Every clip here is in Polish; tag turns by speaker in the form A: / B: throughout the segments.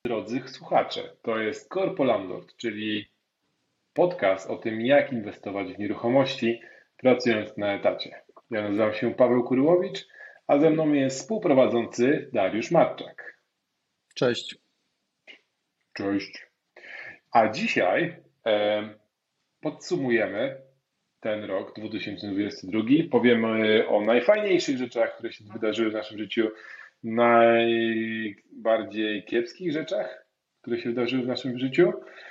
A: Drodzy słuchacze, to jest Corpo Landlord, czyli podcast o tym, jak inwestować w nieruchomości, pracując na etacie. Ja nazywam się Paweł Kuryłowicz, a ze mną jest współprowadzący Dariusz Matczak.
B: Cześć.
A: Cześć. A dzisiaj podsumujemy ten rok 2022. Powiemy o najfajniejszych rzeczach, które się wydarzyły w naszym życiu, najbardziej kiepskich rzeczach, które się wydarzyły w naszym życiu.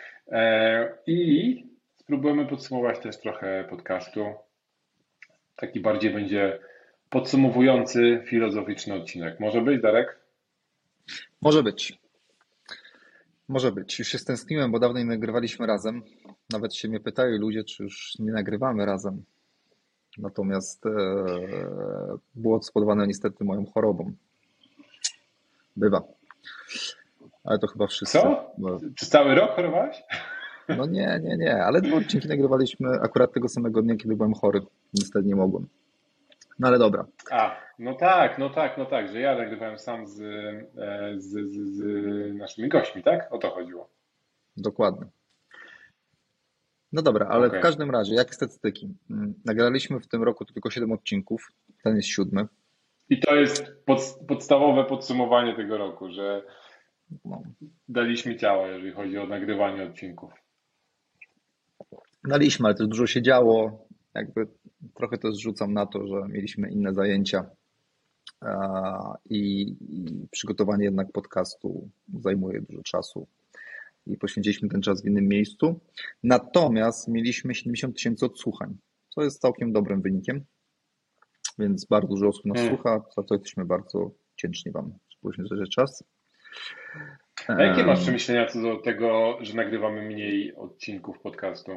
A: I spróbujemy podsumować też trochę podcastu. Taki bardziej będzie podsumowujący, filozoficzny odcinek. Może być, Darek?
B: Może być. Może być. Już się stęskniłem, bo dawno nie nagrywaliśmy razem. Nawet się mnie pytają ludzie, czy już nie nagrywamy razem. Natomiast było to spowodowane niestety moją chorobą. Bywa. Ale to chyba wszyscy.
A: Co? Przez cały rok chorowałeś?
B: No nie. Ale 2 odcinki nagrywaliśmy akurat tego samego dnia, kiedy byłem chory. Niestety nie mogłem. No ale dobra.
A: No tak, że ja nagrywałem sam z naszymi gośćmi, tak? O to chodziło.
B: Dokładnie. No dobra, ale w
A: Okej.
B: każdym razie, jakie statystyki? Nagraliśmy w tym roku tylko 7 odcinków. Ten jest 7.
A: I to jest podstawowe podsumowanie tego roku, że
B: No.
A: daliśmy ciała, jeżeli chodzi o nagrywanie odcinków.
B: Daliśmy, ale też dużo się działo. Jakby trochę też zrzucam na to, że mieliśmy inne zajęcia i przygotowanie jednak podcastu zajmuje dużo czasu i poświęciliśmy ten czas w innym miejscu. Natomiast mieliśmy 70 000 odsłuchań, co jest całkiem dobrym wynikiem, więc bardzo dużo osób nas słucha, za to jesteśmy bardzo wdzięczni Wam, że poświęcacie czas.
A: A jakie masz przemyślenia co do tego, że nagrywamy mniej odcinków podcastu?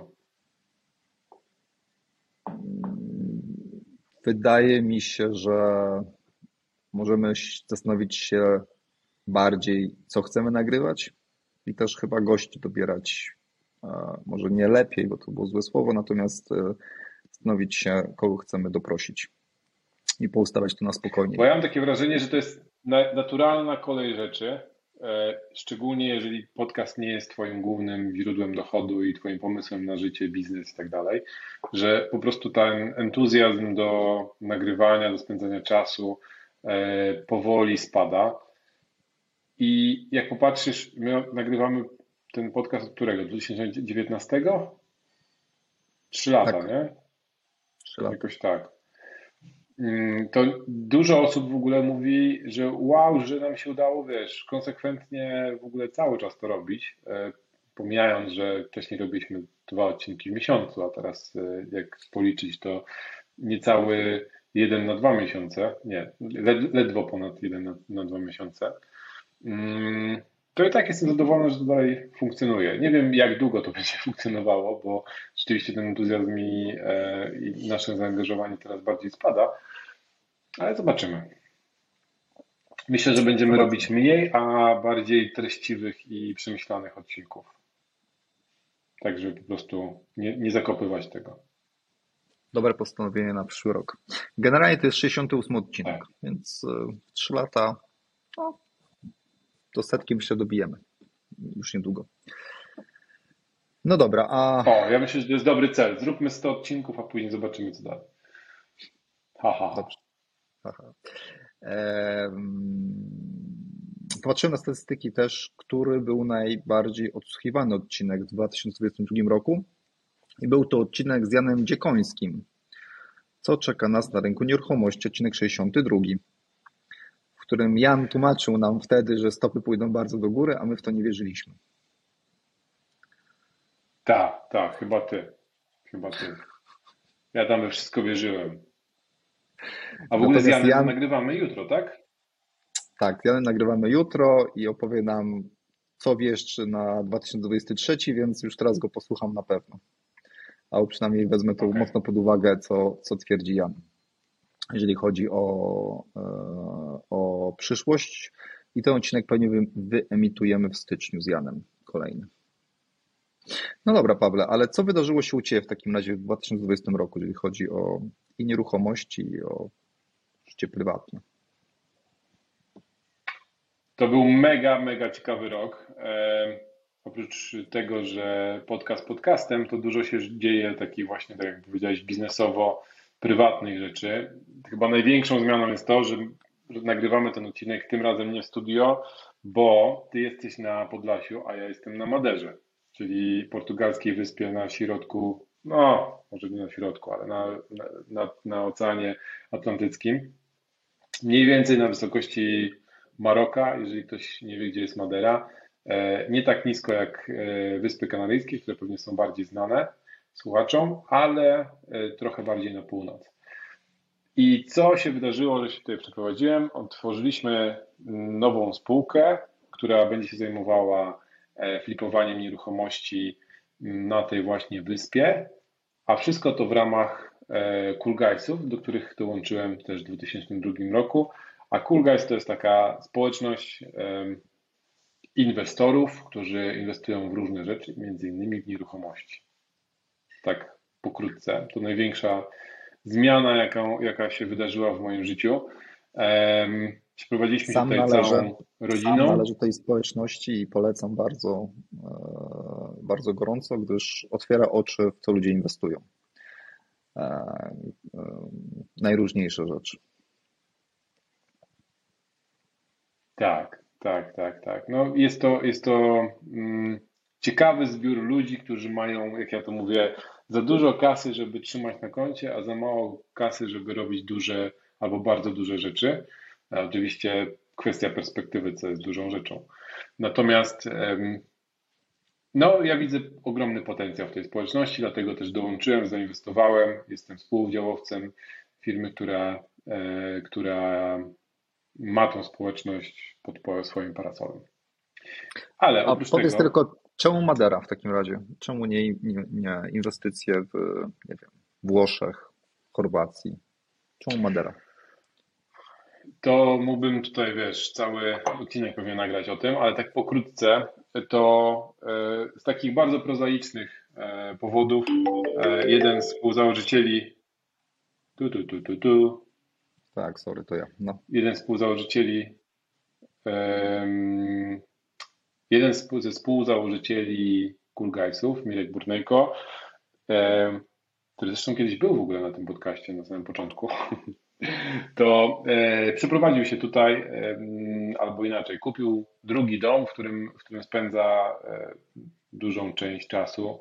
B: Wydaje mi się, że możemy zastanowić się bardziej, co chcemy nagrywać i też chyba gości dobierać, może nie lepiej, bo to było złe słowo, natomiast zastanowić się, kogo chcemy doprosić i poustawiać to na spokojnie.
A: Bo ja mam takie wrażenie, że to jest naturalna kolej rzeczy, szczególnie jeżeli podcast nie jest Twoim głównym źródłem dochodu i Twoim pomysłem na życie, biznes i tak dalej, że po prostu ten entuzjazm do nagrywania, do spędzania czasu powoli spada. I jak popatrzysz, my nagrywamy ten podcast od którego? 2019? 3 lata,
B: Tak,
A: nie?
B: 3 lata.
A: Jakoś tak. To dużo osób w ogóle mówi, że wow, że nam się udało, wiesz, konsekwentnie w ogóle cały czas to robić, pomijając, że wcześniej robiliśmy 2 odcinki w miesiącu, a teraz jak policzyć to niecały 1 na 2 miesiące, nie, ledwo ponad 1 na 2 miesiące. To i tak jestem zadowolony, że to dalej funkcjonuje. Nie wiem, jak długo to będzie funkcjonowało, bo rzeczywiście ten entuzjazm i nasze zaangażowanie teraz bardziej spada, ale zobaczymy. Myślę, że będziemy
B: Zobaczmy.
A: robić mniej, a bardziej treściwych i przemyślanych odcinków. Tak, żeby po prostu nie zakopywać tego.
B: Dobre postanowienie na przyszły rok. Generalnie to jest 68 odcinek,
A: Tak.
B: więc 3 lata, no, do 100 myślę dobijemy już niedługo. No dobra, a
A: O, ja myślę, że to jest dobry cel. Zróbmy 100 odcinków, a później zobaczymy, co dalej. Ha, ha, ha.
B: dobrze. Aha. Em, Popatrzyłem na statystyki też, który był najbardziej odsłuchiwany odcinek w 2022 roku i był to odcinek z Janem Dziekońskim. Co czeka nas na rynku nieruchomości, odcinek 62, w którym Jan tłumaczył nam wtedy, że stopy pójdą bardzo do góry, a my w to nie wierzyliśmy.
A: Tak, chyba ty. Chyba ty. Ja tam we wszystko wierzyłem. A w ogóle z
B: Natomiast
A: Janem
B: Jan,
A: nagrywamy jutro, tak?
B: tak, z Janem nagrywamy jutro i opowie nam, co wieszczy na 2023, więc już teraz go posłucham na pewno. Albo przynajmniej wezmę to
A: Okej.
B: mocno pod uwagę, co twierdzi Jan, jeżeli chodzi o przyszłość. I ten odcinek pewnie wyemitujemy w styczniu z Janem kolejny. No dobra, Pawle, ale co wydarzyło się u Ciebie w takim razie w 2020 roku, jeżeli chodzi o i nieruchomości, i o życie prywatne?
A: To był mega, mega ciekawy rok. Oprócz tego, że podcast podcastem, to dużo się dzieje takich właśnie, tak jak powiedziałeś, biznesowo-prywatnych rzeczy. Chyba największą zmianą jest to, że nagrywamy ten odcinek tym razem nie w studio, bo ty jesteś na Podlasiu, a ja jestem na Maderze, czyli portugalskiej wyspie na środku, no może nie na środku, ale na Oceanie Atlantyckim. Mniej więcej na wysokości Maroka, jeżeli ktoś nie wie, gdzie jest Madera. Nie tak nisko jak Wyspy Kanaryjskie, które pewnie są bardziej znane słuchaczom, ale trochę bardziej na północ. I co się wydarzyło, że się tutaj przeprowadziłem? Otworzyliśmy nową spółkę, która będzie się zajmowała flipowaniem nieruchomości na tej właśnie wyspie, a wszystko to w ramach Cool Guysów, do których dołączyłem też w 2002 roku. A Cool Guys to jest taka społeczność inwestorów, którzy inwestują w różne rzeczy, między innymi w nieruchomości. Tak pokrótce. To największa zmiana, jaka się wydarzyła w moim życiu. Przeprowadziliśmy się
B: Sam
A: tutaj
B: należę,
A: całą
B: sam
A: rodziną.
B: należę tej społeczności i polecam bardzo, bardzo gorąco, gdyż otwiera oczy, w co ludzie inwestują. E, Najróżniejsze rzeczy.
A: Tak, tak, tak, tak. No jest to ciekawy zbiór ludzi, którzy mają, jak ja to mówię, za dużo kasy, żeby trzymać na koncie, a za mało kasy, żeby robić duże albo bardzo duże rzeczy. A oczywiście kwestia perspektywy, co jest dużą rzeczą. Natomiast no, ja widzę ogromny potencjał w tej społeczności, dlatego też dołączyłem, zainwestowałem, jestem współudziałowcem firmy, która ma tą społeczność pod swoim parasolem. Ale
B: A
A: oprócz
B: powiedz
A: tego,
B: tylko, czemu Madera w takim razie? Czemu nie inwestycje w, nie wiem, Włoszech, Chorwacji? Czemu Madera?
A: to mógłbym tutaj, wiesz, cały odcinek pewnie nagrać o tym, ale tak pokrótce, to z takich bardzo prozaicznych powodów jeden z współzałożycieli, tu,
B: Tak, sorry, to ja. No.
A: jeden z współzałożycieli, em, jeden ze współzałożycieli Cool Guysów, Mirek Burnejko, który zresztą kiedyś był w ogóle na tym podcaście na samym początku, to przeprowadził się tutaj, albo inaczej, kupił drugi dom, w którym spędza dużą część czasu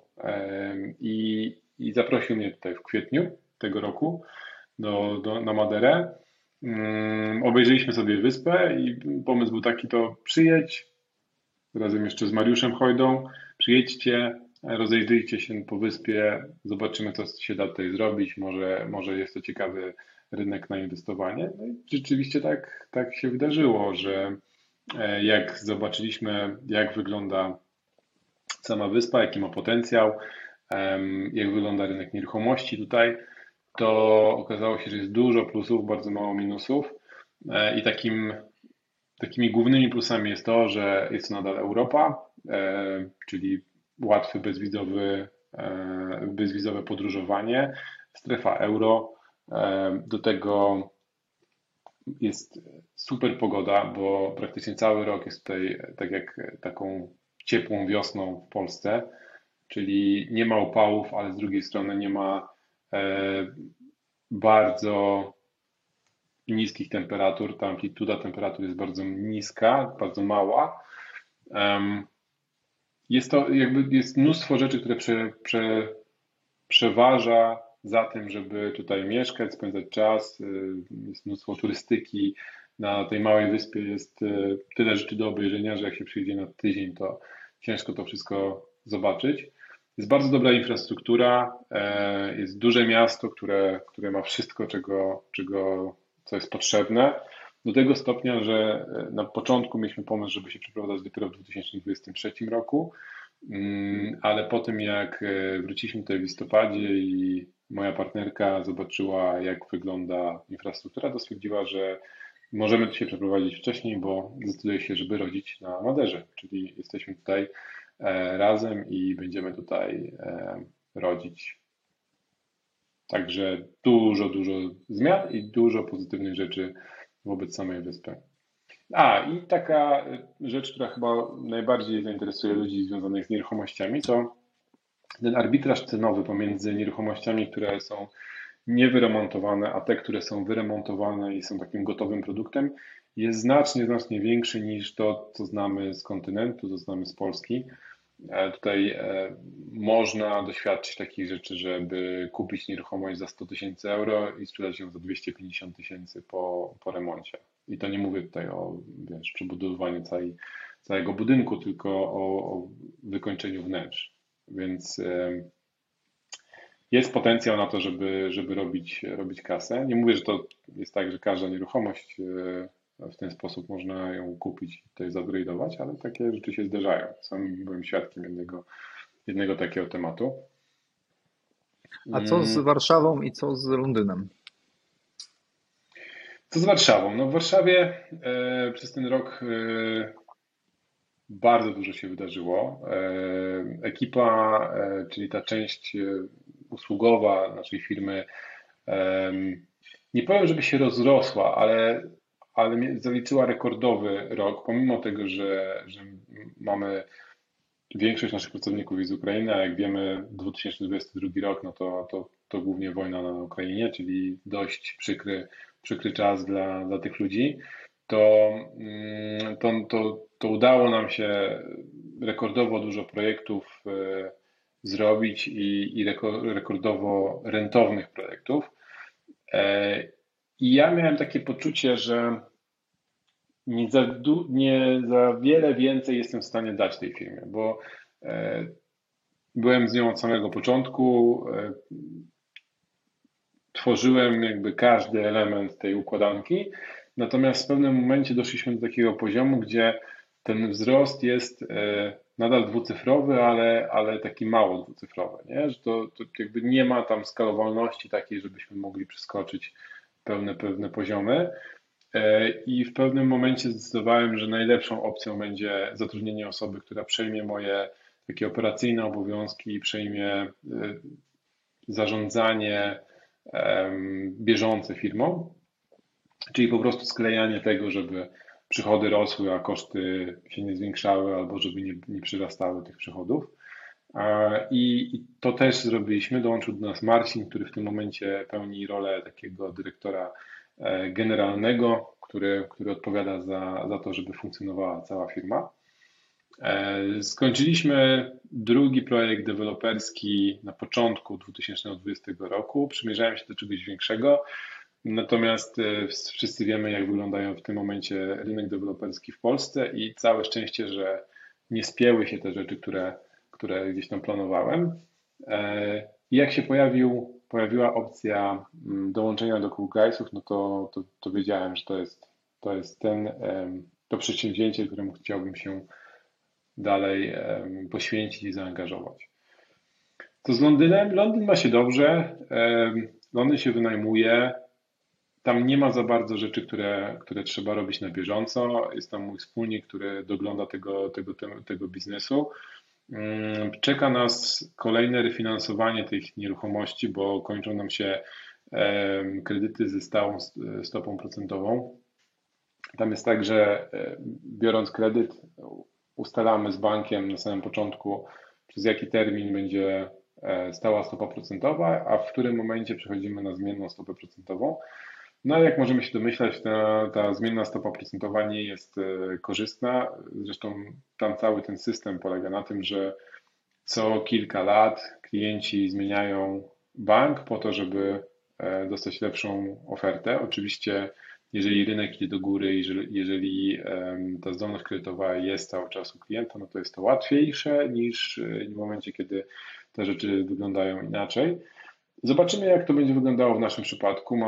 A: i zaprosił mnie tutaj w kwietniu tego roku na Maderę. Obejrzeliśmy sobie wyspę i pomysł był taki, to przyjedź razem jeszcze z Mariuszem Hojdą, przyjedźcie, rozejrzyjcie się po wyspie, zobaczymy, co się da tutaj zrobić, może jest to ciekawy rynek na inwestowanie. No i rzeczywiście tak się wydarzyło, że jak zobaczyliśmy, jak wygląda sama wyspa, jaki ma potencjał, jak wygląda rynek nieruchomości tutaj, to okazało się, że jest dużo plusów, bardzo mało minusów. I takimi głównymi plusami jest to, że jest to nadal Europa, czyli łatwy, bezwizowe podróżowanie, strefa euro. Do tego jest super pogoda, bo praktycznie cały rok jest tutaj tak jak taką ciepłą wiosną w Polsce, czyli nie ma upałów, ale z drugiej strony nie ma bardzo niskich temperatur. Ta amplituda temperatur jest bardzo niska, bardzo mała. Jest mnóstwo rzeczy, które przeważa za tym, żeby tutaj mieszkać, spędzać czas. Jest mnóstwo turystyki. Na tej małej wyspie jest tyle rzeczy do obejrzenia, że jak się przyjdzie na tydzień, to ciężko to wszystko zobaczyć. Jest bardzo dobra infrastruktura, jest duże miasto, które ma wszystko, co jest potrzebne. Do tego stopnia, że na początku mieliśmy pomysł, żeby się przeprowadzać dopiero w 2023 roku, ale po tym jak wróciliśmy tutaj w listopadzie i moja partnerka zobaczyła, jak wygląda infrastruktura, to stwierdziła, że możemy się przeprowadzić wcześniej, bo zdecyduje się, żeby rodzić na Maderze, czyli jesteśmy tutaj razem i będziemy tutaj rodzić. Także dużo zmian i dużo pozytywnych rzeczy wobec samej wyspy. I taka rzecz, która chyba najbardziej zainteresuje ludzi związanych z nieruchomościami, to ten arbitraż cenowy pomiędzy nieruchomościami, które są niewyremontowane, a te, które są wyremontowane i są takim gotowym produktem, jest znacznie większy niż to, co znamy z kontynentu, co znamy z Polski. Tutaj można doświadczyć takich rzeczy, żeby kupić nieruchomość za 100 tysięcy euro i sprzedać ją za 250 tysięcy po remoncie. I to nie mówię tutaj o, wiesz, przebudowaniu całego budynku, tylko o wykończeniu wnętrz. Więc jest potencjał na to, żeby robić kasę. Nie mówię, że to jest tak, że każda nieruchomość w ten sposób można ją kupić i tutaj zupgrade'ować, ale takie rzeczy się zdarzają. Sam byłem świadkiem jednego takiego tematu.
B: A co z
A: Mm,
B: Warszawą i co z Londynem?
A: Co z Warszawą? No w Warszawie przez ten rok bardzo dużo się wydarzyło. Ekipa, czyli ta część usługowa naszej firmy, nie powiem, żeby się rozrosła, ale zaliczyła rekordowy rok, pomimo tego, że mamy większość naszych pracowników jest z Ukrainy, a jak wiemy, 2022 rok, no to głównie wojna na Ukrainie, czyli dość przykry czas dla tych ludzi. To udało nam się rekordowo dużo projektów zrobić i rekordowo rentownych projektów. E, I ja miałem takie poczucie, że nie za wiele więcej jestem w stanie dać tej firmie, bo e, byłem z nią od samego początku, tworzyłem jakby każdy element tej układanki, natomiast w pewnym momencie doszliśmy do takiego poziomu, gdzie ten wzrost jest nadal dwucyfrowy, ale taki mało dwucyfrowy, nie? Że to jakby nie ma tam skalowalności takiej, żebyśmy mogli przeskoczyć pewne poziomy. I w pewnym momencie zdecydowałem, że najlepszą opcją będzie zatrudnienie osoby, która przejmie moje takie operacyjne obowiązki i przejmie zarządzanie bieżące firmą, czyli po prostu sklejanie tego, żeby przychody rosły, a koszty się nie zwiększały, albo żeby nie przyrastały tych przychodów. I to też zrobiliśmy. Dołączył do nas Marcin, który w tym momencie pełni rolę takiego dyrektora generalnego, który odpowiada za to, żeby funkcjonowała cała firma. Skończyliśmy drugi projekt deweloperski na początku 2020 roku. Przymierzałem się do czegoś większego, natomiast wszyscy wiemy, jak wyglądają w tym momencie rynek deweloperski w Polsce i całe szczęście, że nie spięły się te rzeczy, które gdzieś tam planowałem. I jak się pojawiła opcja dołączenia do Cool Guysów, no to wiedziałem, że to jest to przedsięwzięcie, któremu chciałbym się dalej poświęcić i zaangażować. To z Londynem? Londyn ma się dobrze. Londyn się wynajmuje. Tam nie ma za bardzo rzeczy, które trzeba robić na bieżąco. Jest tam mój wspólnik, który dogląda tego biznesu. Czeka nas kolejne refinansowanie tych nieruchomości, bo kończą nam się kredyty ze stałą stopą procentową. Tam jest tak, że biorąc kredyt, ustalamy z bankiem na samym początku, przez jaki termin będzie stała stopa procentowa, a w którym momencie przechodzimy na zmienną stopę procentową. No ale jak możemy się domyślać, ta zmienna stopa procentowa nie jest korzystna. Zresztą tam cały ten system polega na tym, że co kilka lat klienci zmieniają bank po to, żeby dostać lepszą ofertę. Oczywiście, jeżeli rynek idzie do góry, jeżeli ta zdolność kredytowa jest cały czas u klienta, no to jest to łatwiejsze niż w momencie, kiedy te rzeczy wyglądają inaczej. Zobaczymy, jak to będzie wyglądało w naszym przypadku.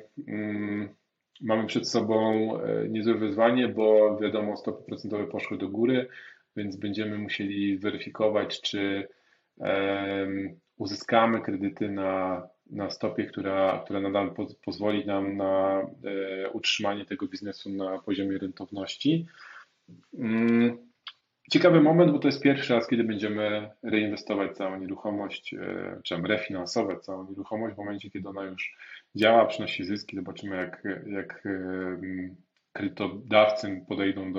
A: Mamy przed sobą niezłe wyzwanie, bo wiadomo, stopy procentowe poszły do góry, więc będziemy musieli weryfikować, czy uzyskamy kredyty na stopie, która nadal pozwoli nam na utrzymanie tego biznesu na poziomie rentowności. Mm, Ciekawy moment, bo to jest pierwszy raz, kiedy będziemy reinwestować całą nieruchomość, czy refinansować całą nieruchomość w momencie, kiedy ona już działa, przynosi zyski. Zobaczymy, jak kredytodawcy podejdą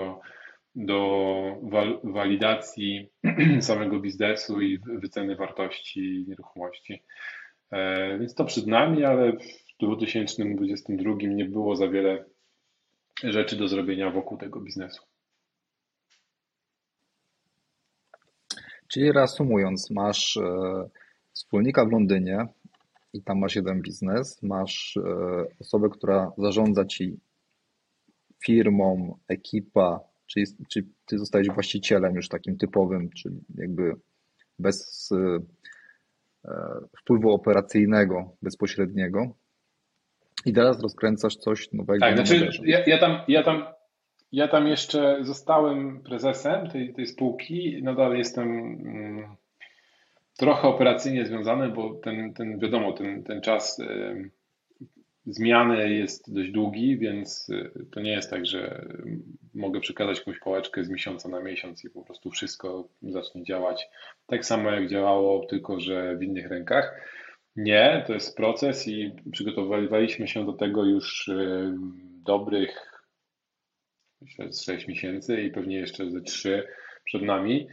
A: do walidacji samego biznesu i wyceny wartości nieruchomości. Więc to przed nami, ale w 2022 nie było za wiele rzeczy do zrobienia wokół tego biznesu.
B: Czyli reasumując, masz wspólnika w Londynie i tam masz jeden biznes, masz osobę, która zarządza ci firmą, ekipa, czy ty zostałeś właścicielem już takim typowym, czyli jakby bez wpływu operacyjnego bezpośredniego i teraz rozkręcasz coś nowego
A: Tak,
B: na
A: znaczy
B: Moderze.
A: ja tam jeszcze zostałem prezesem tej spółki. Nadal jestem trochę operacyjnie związany, bo wiadomo, ten czas zmiany jest dość długi, więc to nie jest tak, że mogę przekazać jakąś pałeczkę z miesiąca na miesiąc i po prostu wszystko zacznie działać tak samo jak działało, tylko że w innych rękach. Nie, to jest proces i przygotowywaliśmy się do tego już dobrych, myślę, 6 miesięcy i pewnie jeszcze ze 3 przed nami.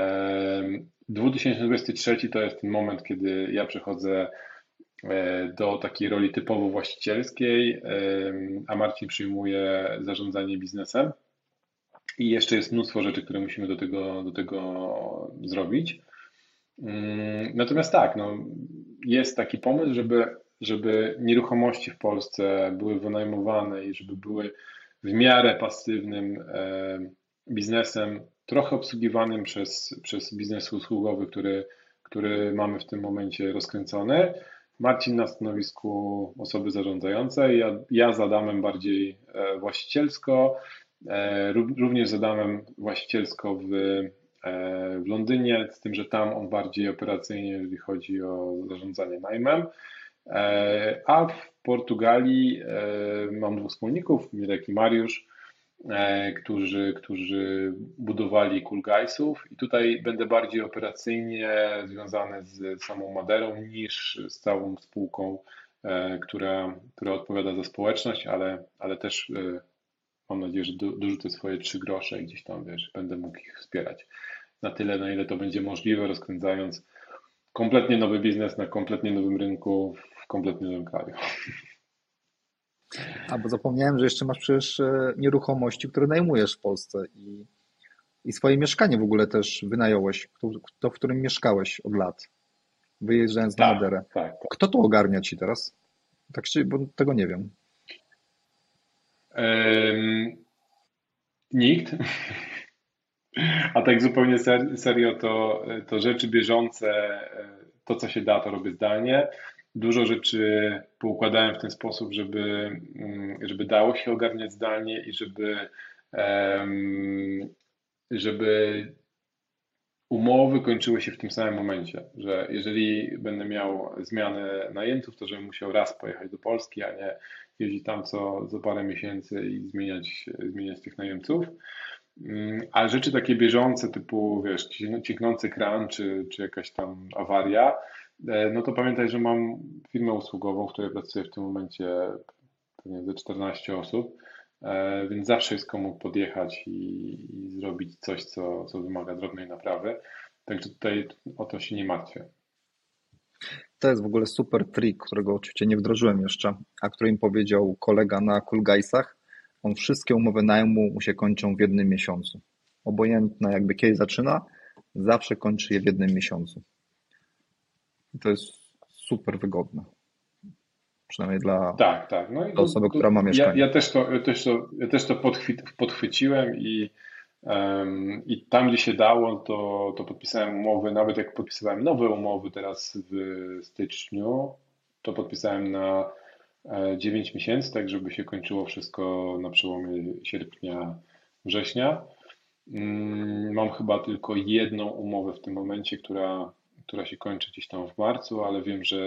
A: 2023 to jest ten moment, kiedy ja przechodzę do takiej roli typowo właścicielskiej, a Marcin przyjmuje zarządzanie biznesem. I jeszcze jest mnóstwo rzeczy, które musimy do tego zrobić. Natomiast tak, no, jest taki pomysł, żeby nieruchomości w Polsce były wynajmowane i żeby były w miarę pasywnym biznesem, trochę obsługiwanym przez biznes usługowy, który mamy w tym momencie rozkręcony. Marcin na stanowisku osoby zarządzającej, ja z Adamem bardziej właścicielsko, również z Adamem właścicielsko w Londynie, z tym, że tam on bardziej operacyjnie, jeżeli chodzi o zarządzanie najmem. A w Portugalii mam 2 wspólników, Mirek i Mariusz, którzy budowali Cool Guysów i tutaj będę bardziej operacyjnie związany z samą Maderą niż z całą spółką, która odpowiada za społeczność, ale też mam nadzieję, że dorzucę swoje 3 grosze i gdzieś tam, wiesz, będę mógł ich wspierać na tyle, na ile to będzie możliwe, rozkręcając kompletnie nowy biznes na kompletnie nowym rynku w kompletnie nowym kraju.
B: A bo zapomniałem, że jeszcze masz przecież nieruchomości, które najmujesz w Polsce i swoje mieszkanie w ogóle też wynająłeś, to w którym mieszkałeś od lat, wyjeżdżając na
A: Tak,
B: Maderę.
A: tak.
B: Kto to ogarnia ci teraz? Tak się, bo tego nie wiem.
A: Nikt. A tak zupełnie serio, to rzeczy bieżące, to co się da, to robię zdalnie. Dużo rzeczy poukładałem w ten sposób, żeby dało się ogarniać zdalnie i żeby umowy kończyły się w tym samym momencie, że jeżeli będę miał zmianę najemców, to żebym musiał raz pojechać do Polski, a nie jeździć tam co parę miesięcy i zmieniać tych najemców. A rzeczy takie bieżące, typu, wiesz, cieknący kran, czy jakaś tam awaria, no to pamiętaj, że mam firmę usługową, w której pracuję w tym momencie pewnie ze 14 osób, więc zawsze jest komu podjechać i zrobić coś, co wymaga drobnej naprawy. Także tutaj o to się nie martwię.
B: To jest w ogóle super trik, którego oczywiście nie wdrożyłem jeszcze, a który mi powiedział kolega na Cool Guysach. On wszystkie umowy najmu mu się kończą w jednym miesiącu. Obojętne jakby kiedy zaczyna, zawsze kończy je w jednym miesiącu. I to jest super wygodne. Przynajmniej dla
A: Tak, tak. No i
B: osoby, która ma
A: ja,
B: mieszkanie.
A: ja też to podchwyciłem i tam, gdzie się dało, to podpisałem umowy. Nawet jak podpisywałem nowe umowy teraz w styczniu, to podpisałem na 9 miesięcy, tak żeby się kończyło wszystko na przełomie sierpnia, września. Mam chyba tylko jedną umowę w tym momencie, która się kończy gdzieś tam w marcu, ale wiem, że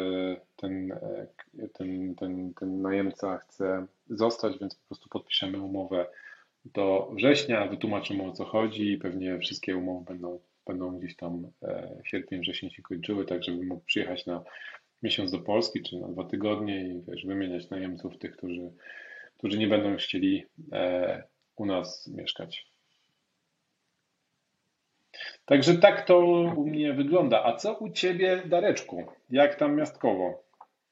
A: ten najemca chce zostać, więc po prostu podpiszemy umowę do września, wytłumaczymy o co chodzi i pewnie wszystkie umowy będą gdzieś tam sierpień, wrzesień się kończyły, tak żebym mógł przyjechać na miesiąc do Polski czy na 2 tygodnie i wiesz, wymieniać najemców tych, którzy nie będą chcieli u nas mieszkać. Także tak to u mnie wygląda. A co u Ciebie, Dareczku? Jak tam miastkowo?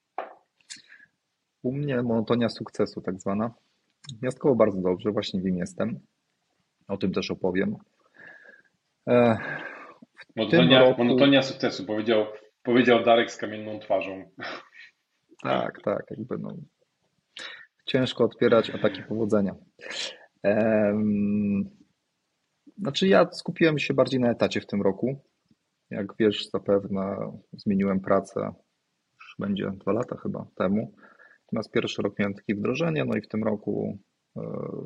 B: U mnie monotonia sukcesu tak zwana. Miastkowo bardzo dobrze, właśnie w nim jestem. O tym też opowiem. E, W tym roku,
A: Monotonia sukcesu, powiedział Darek z kamienną twarzą.
B: tak, jakby no, ciężko odpierać ataki powodzenia. Em, Znaczy ja skupiłem się bardziej na etacie w tym roku. Jak wiesz, zapewne zmieniłem pracę, już będzie 2 lata chyba temu. Natomiast pierwszy rok miałem takie wdrożenie, no i w tym roku e,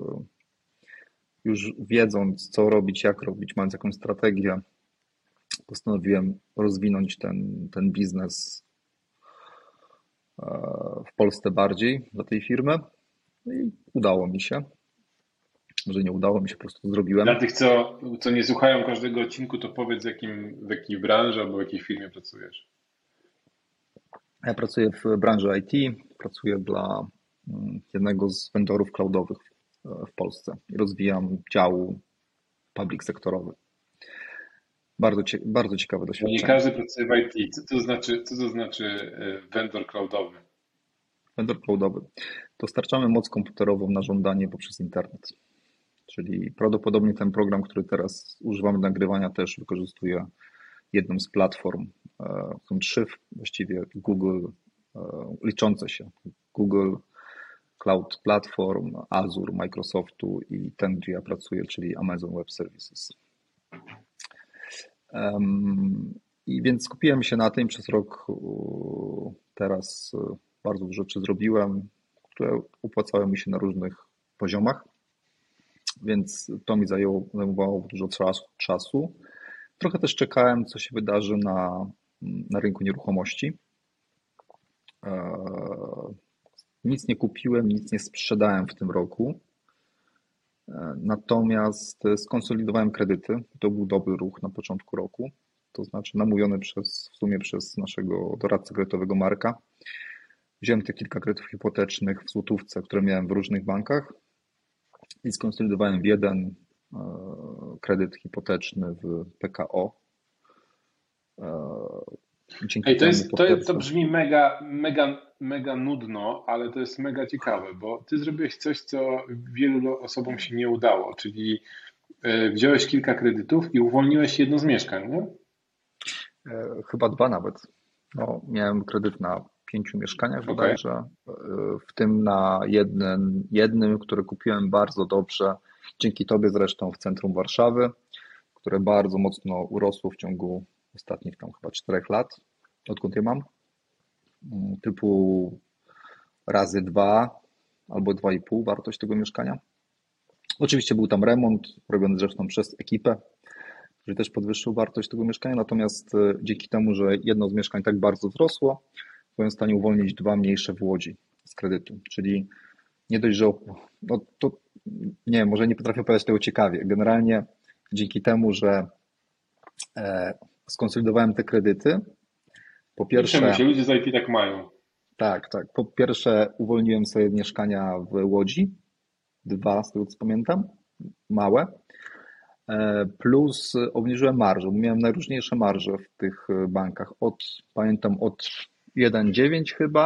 B: już wiedząc co robić, jak robić, mając jakąś strategię, postanowiłem rozwinąć ten biznes w Polsce bardziej dla tej firmy. No i udało mi się. Może nie udało mi się, po prostu zrobiłem.
A: Dla tych, co nie słuchają każdego odcinku, to powiedz w jakiej branży albo w jakiej firmie pracujesz.
B: Ja pracuję w branży IT, pracuję dla jednego z vendorów cloudowych w Polsce i rozwijam dział public sektorowy. Bardzo ciekawe
A: Bo nie
B: doświadczenie.
A: każdy pracuje w IT. Co to znaczy vendor cloudowy?
B: Vendor cloudowy. Dostarczamy moc komputerową na żądanie poprzez internet. Czyli prawdopodobnie ten program, który teraz używamy do nagrywania, też wykorzystuje jedną z platform. Są trzy właściwie Google liczące się. Google Cloud Platform, Azure, Microsoftu i ten, gdzie ja pracuję, czyli Amazon Web Services. I więc skupiłem się na tym przez rok. Teraz bardzo dużo rzeczy zrobiłem, które opłacały mi się na różnych poziomach, więc to mi zajmowało dużo czasu. Trochę też czekałem, co się wydarzy na rynku nieruchomości. Nic nie kupiłem, nic nie sprzedałem w tym roku. Natomiast skonsolidowałem kredyty. To był dobry ruch na początku roku. To znaczy namówiony w sumie przez naszego doradcę kredytowego Marka. Wziąłem te kilka kredytów hipotecznych w złotówce, które miałem w różnych bankach i skonsolidowałem w jeden kredyt hipoteczny w PKO. Dzięki
A: Ej, to
B: temu po
A: jest, to, to
B: pierwsze,
A: brzmi mega nudno, ale to jest mega ciekawe, bo ty zrobiłeś coś, co wielu osobom się nie udało, czyli wziąłeś kilka kredytów i uwolniłeś jedno z mieszkań, nie?
B: chyba dwa nawet. No, miałem kredyt na 5 mieszkaniach
A: Okej.
B: bodajże, w tym na jednym, które kupiłem bardzo dobrze, dzięki Tobie zresztą w centrum Warszawy, które bardzo mocno urosło w ciągu ostatnich tam chyba 4 lat, odkąd je mam, typu razy 2 albo 2,5 wartość tego mieszkania. Oczywiście był tam remont, robiony zresztą przez ekipę, który też podwyższył wartość tego mieszkania, natomiast dzięki temu, że jedno z mieszkań tak bardzo wzrosło, byłem w stanie uwolnić dwa mniejsze w Łodzi z kredytu, czyli nie dość, że no to nie wiem, może nie potrafię opowiadać tego ciekawie. Generalnie dzięki temu, że skonsolidowałem te kredyty, po
A: Nie przejmuj
B: pierwsze,
A: się, ludzie z IT tak mają.
B: tak, po pierwsze uwolniłem sobie mieszkania w Łodzi, dwa z tego co pamiętam, małe, plus obniżyłem marżę, bo miałem najróżniejsze marże w tych bankach, pamiętam od 1,9 chyba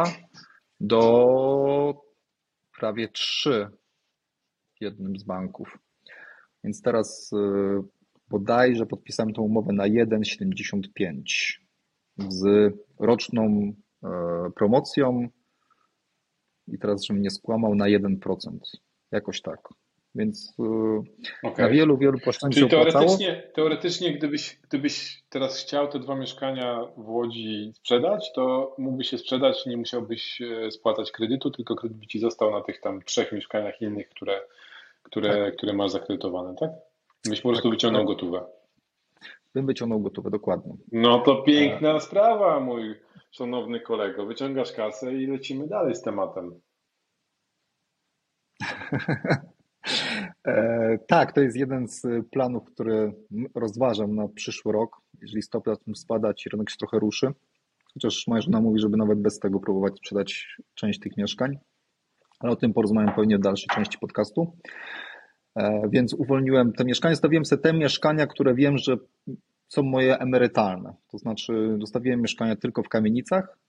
B: do prawie 3 w jednym z banków. Więc teraz bodajże podpisałem tą umowę na 1,75 z roczną promocją i teraz, żebym nie skłamał, na 1%. Jakoś tak. Więc na
A: Okej.
B: wielu płaszczyznach się
A: Czyli
B: opłacało.
A: teoretycznie gdybyś teraz chciał te dwa mieszkania w Łodzi sprzedać, to mógłbyś się sprzedać, nie musiałbyś spłacać kredytu, tylko kredyt by ci został na tych tam trzech mieszkaniach innych,
B: Tak,
A: które masz zakredytowane, tak? Byś po prostu
B: tak,
A: wyciągnął
B: tak.
A: gotówę.
B: Bym wyciągnął gotowe, dokładnie.
A: No to
B: E,
A: piękna sprawa, mój szanowny kolego. Wyciągasz kasę i lecimy dalej z tematem.
B: Tak, to jest jeden z planów, który rozważam na przyszły rok. Jeżeli stopy zaczną spadać i rynek się trochę ruszy, chociaż moja żona mówi, żeby nawet bez tego próbować sprzedać część tych mieszkań. ale o tym porozmawiam pewnie w dalszej części podcastu. Więc uwolniłem te mieszkania, zostawiłem sobie te mieszkania, które wiem, że są moje emerytalne. To znaczy zostawiłem mieszkania tylko w kamienicach,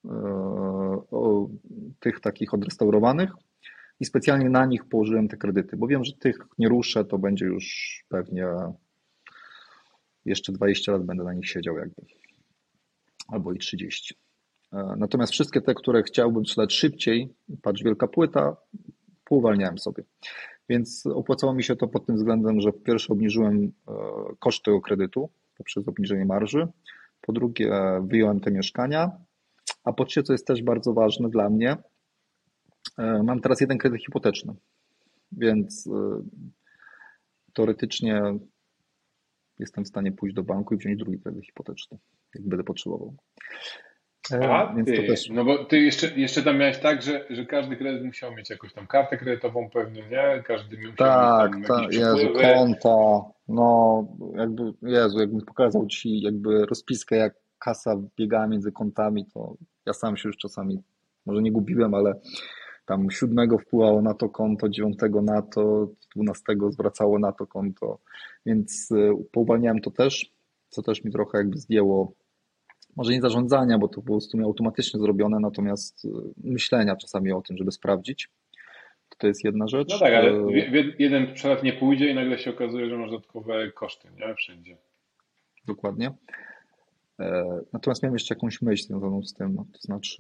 B: tych takich odrestaurowanych i specjalnie na nich położyłem te kredyty, bo wiem, że tych nie ruszę, to będzie już pewnie jeszcze 20 lat będę na nich siedział jakby, albo i 30. Natomiast wszystkie te, które chciałbym sprzedać szybciej, patrz wielka płyta, pouwalniałem sobie. Więc opłacało mi się to pod tym względem, że po pierwsze obniżyłem koszt tego kredytu poprzez obniżenie marży, po drugie wyjąłem te mieszkania, a po trzecie, co jest też bardzo ważne dla mnie, mam teraz jeden kredyt hipoteczny, więc teoretycznie jestem w stanie pójść do banku i wziąć drugi kredyt hipoteczny, jak będę potrzebował.
A: A
B: Więc to
A: ty,
B: też.
A: no bo ty jeszcze tam miałeś tak, że każdy kredyt musiał mieć jakąś tam kartę kredytową pewnie, nie? Każdy musiał mieć
B: Tak,
A: tam jakieś
B: Jezu,
A: przepływy.
B: konta, no jakby, Jezu, jakbym pokazał Ci jakby rozpiskę, jak kasa biegała między kontami, to ja sam się już czasami, może nie gubiłem, ale tam 7 wpływało na to konto, 9 na to, 12 zwracało na to konto, więc pouwalniałem to też, co też mi trochę jakby zdjęło, może nie zarządzania, bo to po prostu miało automatycznie zrobione, natomiast myślenia czasami o tym, żeby sprawdzić. To jest jedna
A: No
B: rzecz.
A: tak, ale jeden przelew nie pójdzie i nagle się okazuje, że masz dodatkowe koszty, nie? Wszędzie.
B: Dokładnie. Natomiast miałem jeszcze jakąś myśl związaną z tym, to znaczy,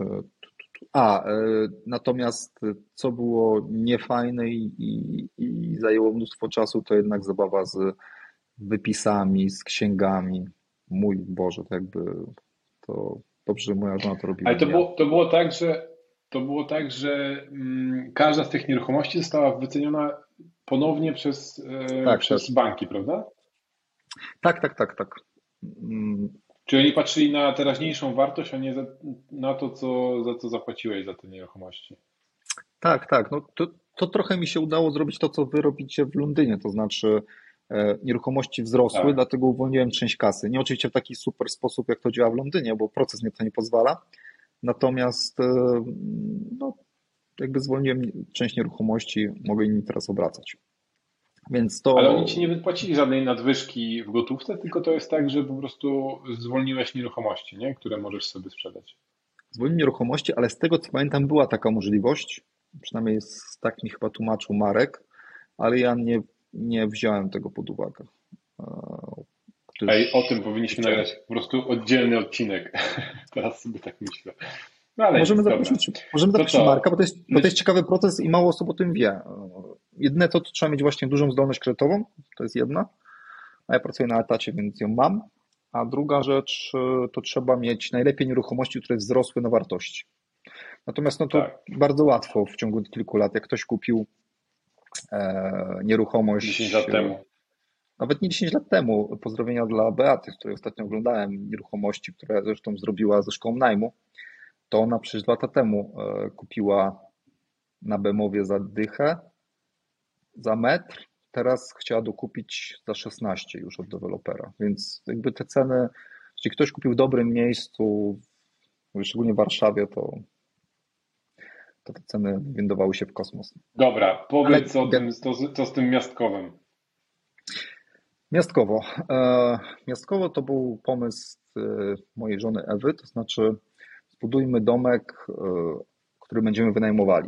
B: natomiast co było niefajne i zajęło mnóstwo czasu, to jednak zabawa z wypisami, z księgami. Mój Boże, to jakby to dobrze, że moja żona to robiła,
A: Ale to
B: nie ja.
A: było, to było tak, że każda z tych nieruchomości została wyceniona ponownie
B: Tak,
A: przez
B: też.
A: banki, prawda?
B: Tak, tak, tak, tak. Mm,
A: Czyli oni patrzyli na teraźniejszą wartość, a nie na to, za co zapłaciłeś za te nieruchomości.
B: Tak, tak. No to trochę mi się udało zrobić to, co wy robicie w Londynie, to znaczy nieruchomości wzrosły,
A: Tak.
B: dlatego uwolniłem część kasy. Nie oczywiście w taki super sposób, jak to działa w Londynie, bo proces mnie to nie pozwala. Natomiast no, jakby zwolniłem część nieruchomości, mogę nimi teraz obracać. Więc
A: Ale oni
B: to
A: ci nie wypłacili żadnej nadwyżki w gotówce, tylko to jest tak, że po prostu zwolniłeś nieruchomości, nie? Które możesz sobie sprzedać.
B: zwolniłem nieruchomości, ale z tego co pamiętam, była taka możliwość, przynajmniej tak mi chyba tłumaczył Marek, ale ja nie wziąłem tego pod uwagę,
A: Ej, o
B: gdyż
A: tym
B: nie
A: powinniśmy
B: chciałem.
A: nagrać po prostu oddzielny odcinek. Teraz sobie tak myślę. No ale
B: Możemy
A: nic, dobra.
B: zaprosić, możemy
A: To
B: zaprosić Marka,
A: co?
B: bo to jest ciekawy proces i mało osób o tym wie. Jedyne to trzeba mieć właśnie dużą zdolność kredytową, to jest jedna, a ja pracuję na etacie, więc ją mam. A druga rzecz, to trzeba mieć najlepiej nieruchomości, które wzrosły na wartości. Natomiast no to
A: Tak,
B: bardzo łatwo w ciągu kilku lat, jak ktoś kupił
A: 10
B: nieruchomość,
A: lat temu.
B: nawet nie 10 lat temu, pozdrowienia dla Beaty, z której ostatnio oglądałem nieruchomości, które zresztą zrobiła ze szkołą najmu, to ona przecież 2 lata temu kupiła na Bemowie za dychę, za metr, teraz chciała dokupić za 16 już od dewelopera, więc jakby te ceny, jeśli ktoś kupił w dobrym miejscu, szczególnie w Warszawie, to te ceny wywindowały się w kosmos.
A: Dobra,
B: Ale
A: powiedz o tym, co z tym miastkowym.
B: Miastkowo. Miastkowo to był pomysł mojej żony Ewy, to znaczy zbudujmy domek, który będziemy wynajmowali.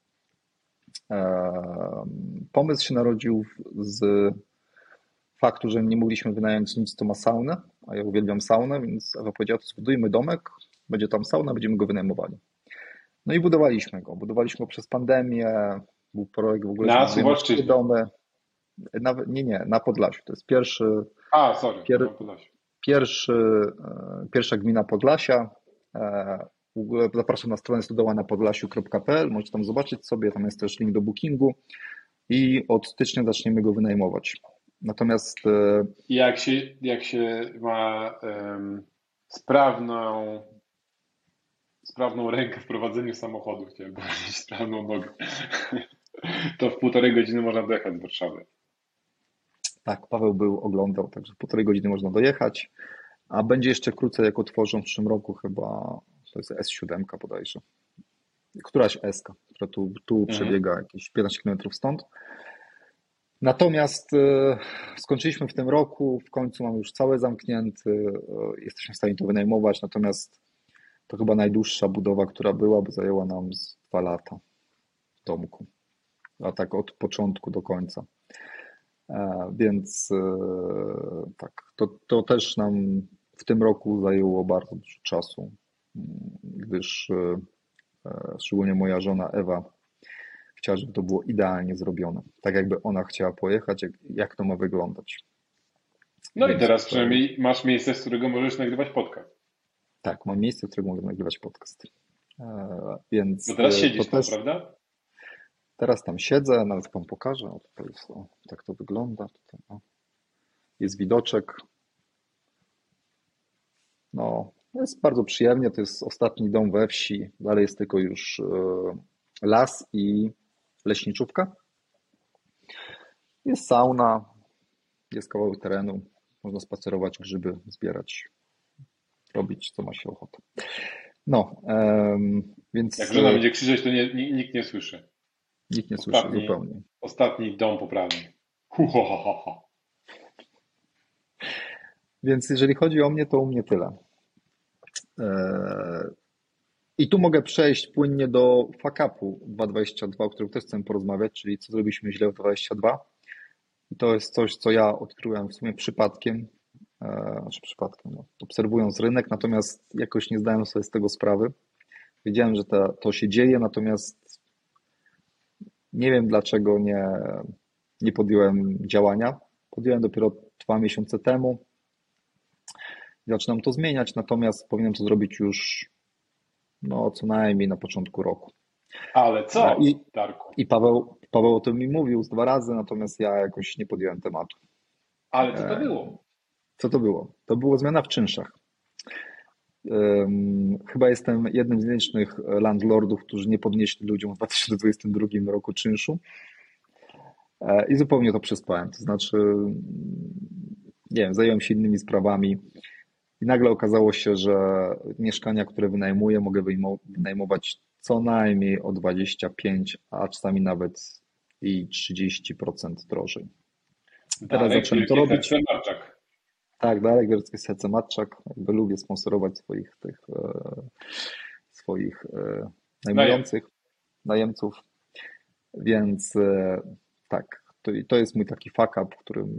B: Pomysł się narodził z faktu, że nie mogliśmy wynająć nic, co ma saunę, a ja uwielbiam saunę, więc Ewa powiedziała, to zbudujmy domek, będzie tam sauna, będziemy go wynajmowali. No i budowaliśmy go. Budowaliśmy go przez pandemię, był projekt w ogóle, że
A: Na
B: budujemy 3
A: Suwalszczyźnie.
B: domy. Nawet, nie, na Podlasiu. To jest
A: A, sorry,
B: pier,
A: na Podlasiu.
B: pierwsza gmina Podlasia. W ogóle zapraszam na stronę stodołanapodlasiu.pl, możecie tam zobaczyć sobie, tam jest też link do bookingu i od stycznia zaczniemy go wynajmować. Natomiast
A: I jak się ma sprawną, sprawną rękę w prowadzeniu samochodu, chciałem powiedzieć, sprawną nogę, to w 1,5 godziny można dojechać z Warszawy.
B: tak, Paweł oglądał, także w 1,5 godziny można dojechać, a będzie jeszcze krócej, jak otworzą w przyszłym roku chyba, to jest S7 bodajże. któraś S-ka, która tu
A: Mhm.
B: przebiega jakieś 15 kilometrów stąd. Natomiast skończyliśmy w tym roku, w końcu mamy już cały zamknięty, jesteśmy w stanie to wynajmować, natomiast to chyba najdłuższa budowa, która była, bo zajęła nam z 2 lata w domku, a tak od początku do końca. Więc tak, to też nam w tym roku zajęło bardzo dużo czasu, gdyż szczególnie moja żona Ewa chciała, żeby to było idealnie zrobione. Tak jakby ona chciała pojechać, jak to ma wyglądać.
A: No i
B: Więc
A: teraz
B: tutaj
A: przynajmniej masz miejsce, z którego możesz nagrywać podcast.
B: tak, mam miejsce, w którym mogę nagrywać podcast.
A: Bo
B: Więc
A: teraz
B: to
A: siedzisz tam,
B: też
A: prawda?
B: teraz tam siedzę, nawet wam pokażę. O, tutaj jest, tak to wygląda. Tutaj, jest widoczek. No, jest bardzo przyjemnie. To jest ostatni dom we wsi. Dalej jest tylko już las i leśniczówka. Jest sauna, jest kawałek terenu. Można spacerować, grzyby zbierać, robić co ma się ochotę. No,
A: Jak
B: więc
A: żona będzie krzyczeć, to nikt nie słyszy.
B: nikt nie słyszy
A: Ostatni,
B: zupełnie.
A: ostatni dom poprawny. Hu, ho, ho, ho, ho.
B: Więc jeżeli chodzi o mnie, to u mnie tyle. E, I tu mogę przejść płynnie do fuck-upu 2022, o którym też chcę porozmawiać, czyli co zrobiliśmy źle w 2022. I to jest coś, co ja odkryłem w sumie przypadkiem, no, obserwując rynek, natomiast jakoś nie zdałem sobie z tego sprawy. Wiedziałem, że to się dzieje, natomiast nie wiem dlaczego nie podjąłem działania. Podjąłem dopiero 2 miesiące temu. Zaczynam to zmieniać, natomiast powinienem to zrobić już no, co najmniej na początku roku.
A: Ale co,
B: I,
A: Darku?
B: i Paweł o tym mi mówił z 2 razy, natomiast ja jakoś nie podjąłem tematu.
A: Ale co to
B: E,
A: było?
B: Co to było? To było zmiana w czynszach. Chyba jestem jednym z nielicznych landlordów, którzy nie podnieśli ludziom w 2022 roku czynszu i zupełnie to przespałem. To znaczy, nie wiem, zająłem się innymi sprawami i nagle okazało się, że mieszkania, które wynajmuję, mogę wynajmować co najmniej o 25, a czasami nawet i 30% drożej. Teraz
A: Darek,
B: zacząłem to
A: wielkie
B: robić.
A: serce Marczak.
B: Tak, Darek Wierzbicki Serce Matczak. Jakby lubię sponsorować swoich
A: Najemcy.
B: najmujących, najemców, więc tak, to jest mój taki fuck up,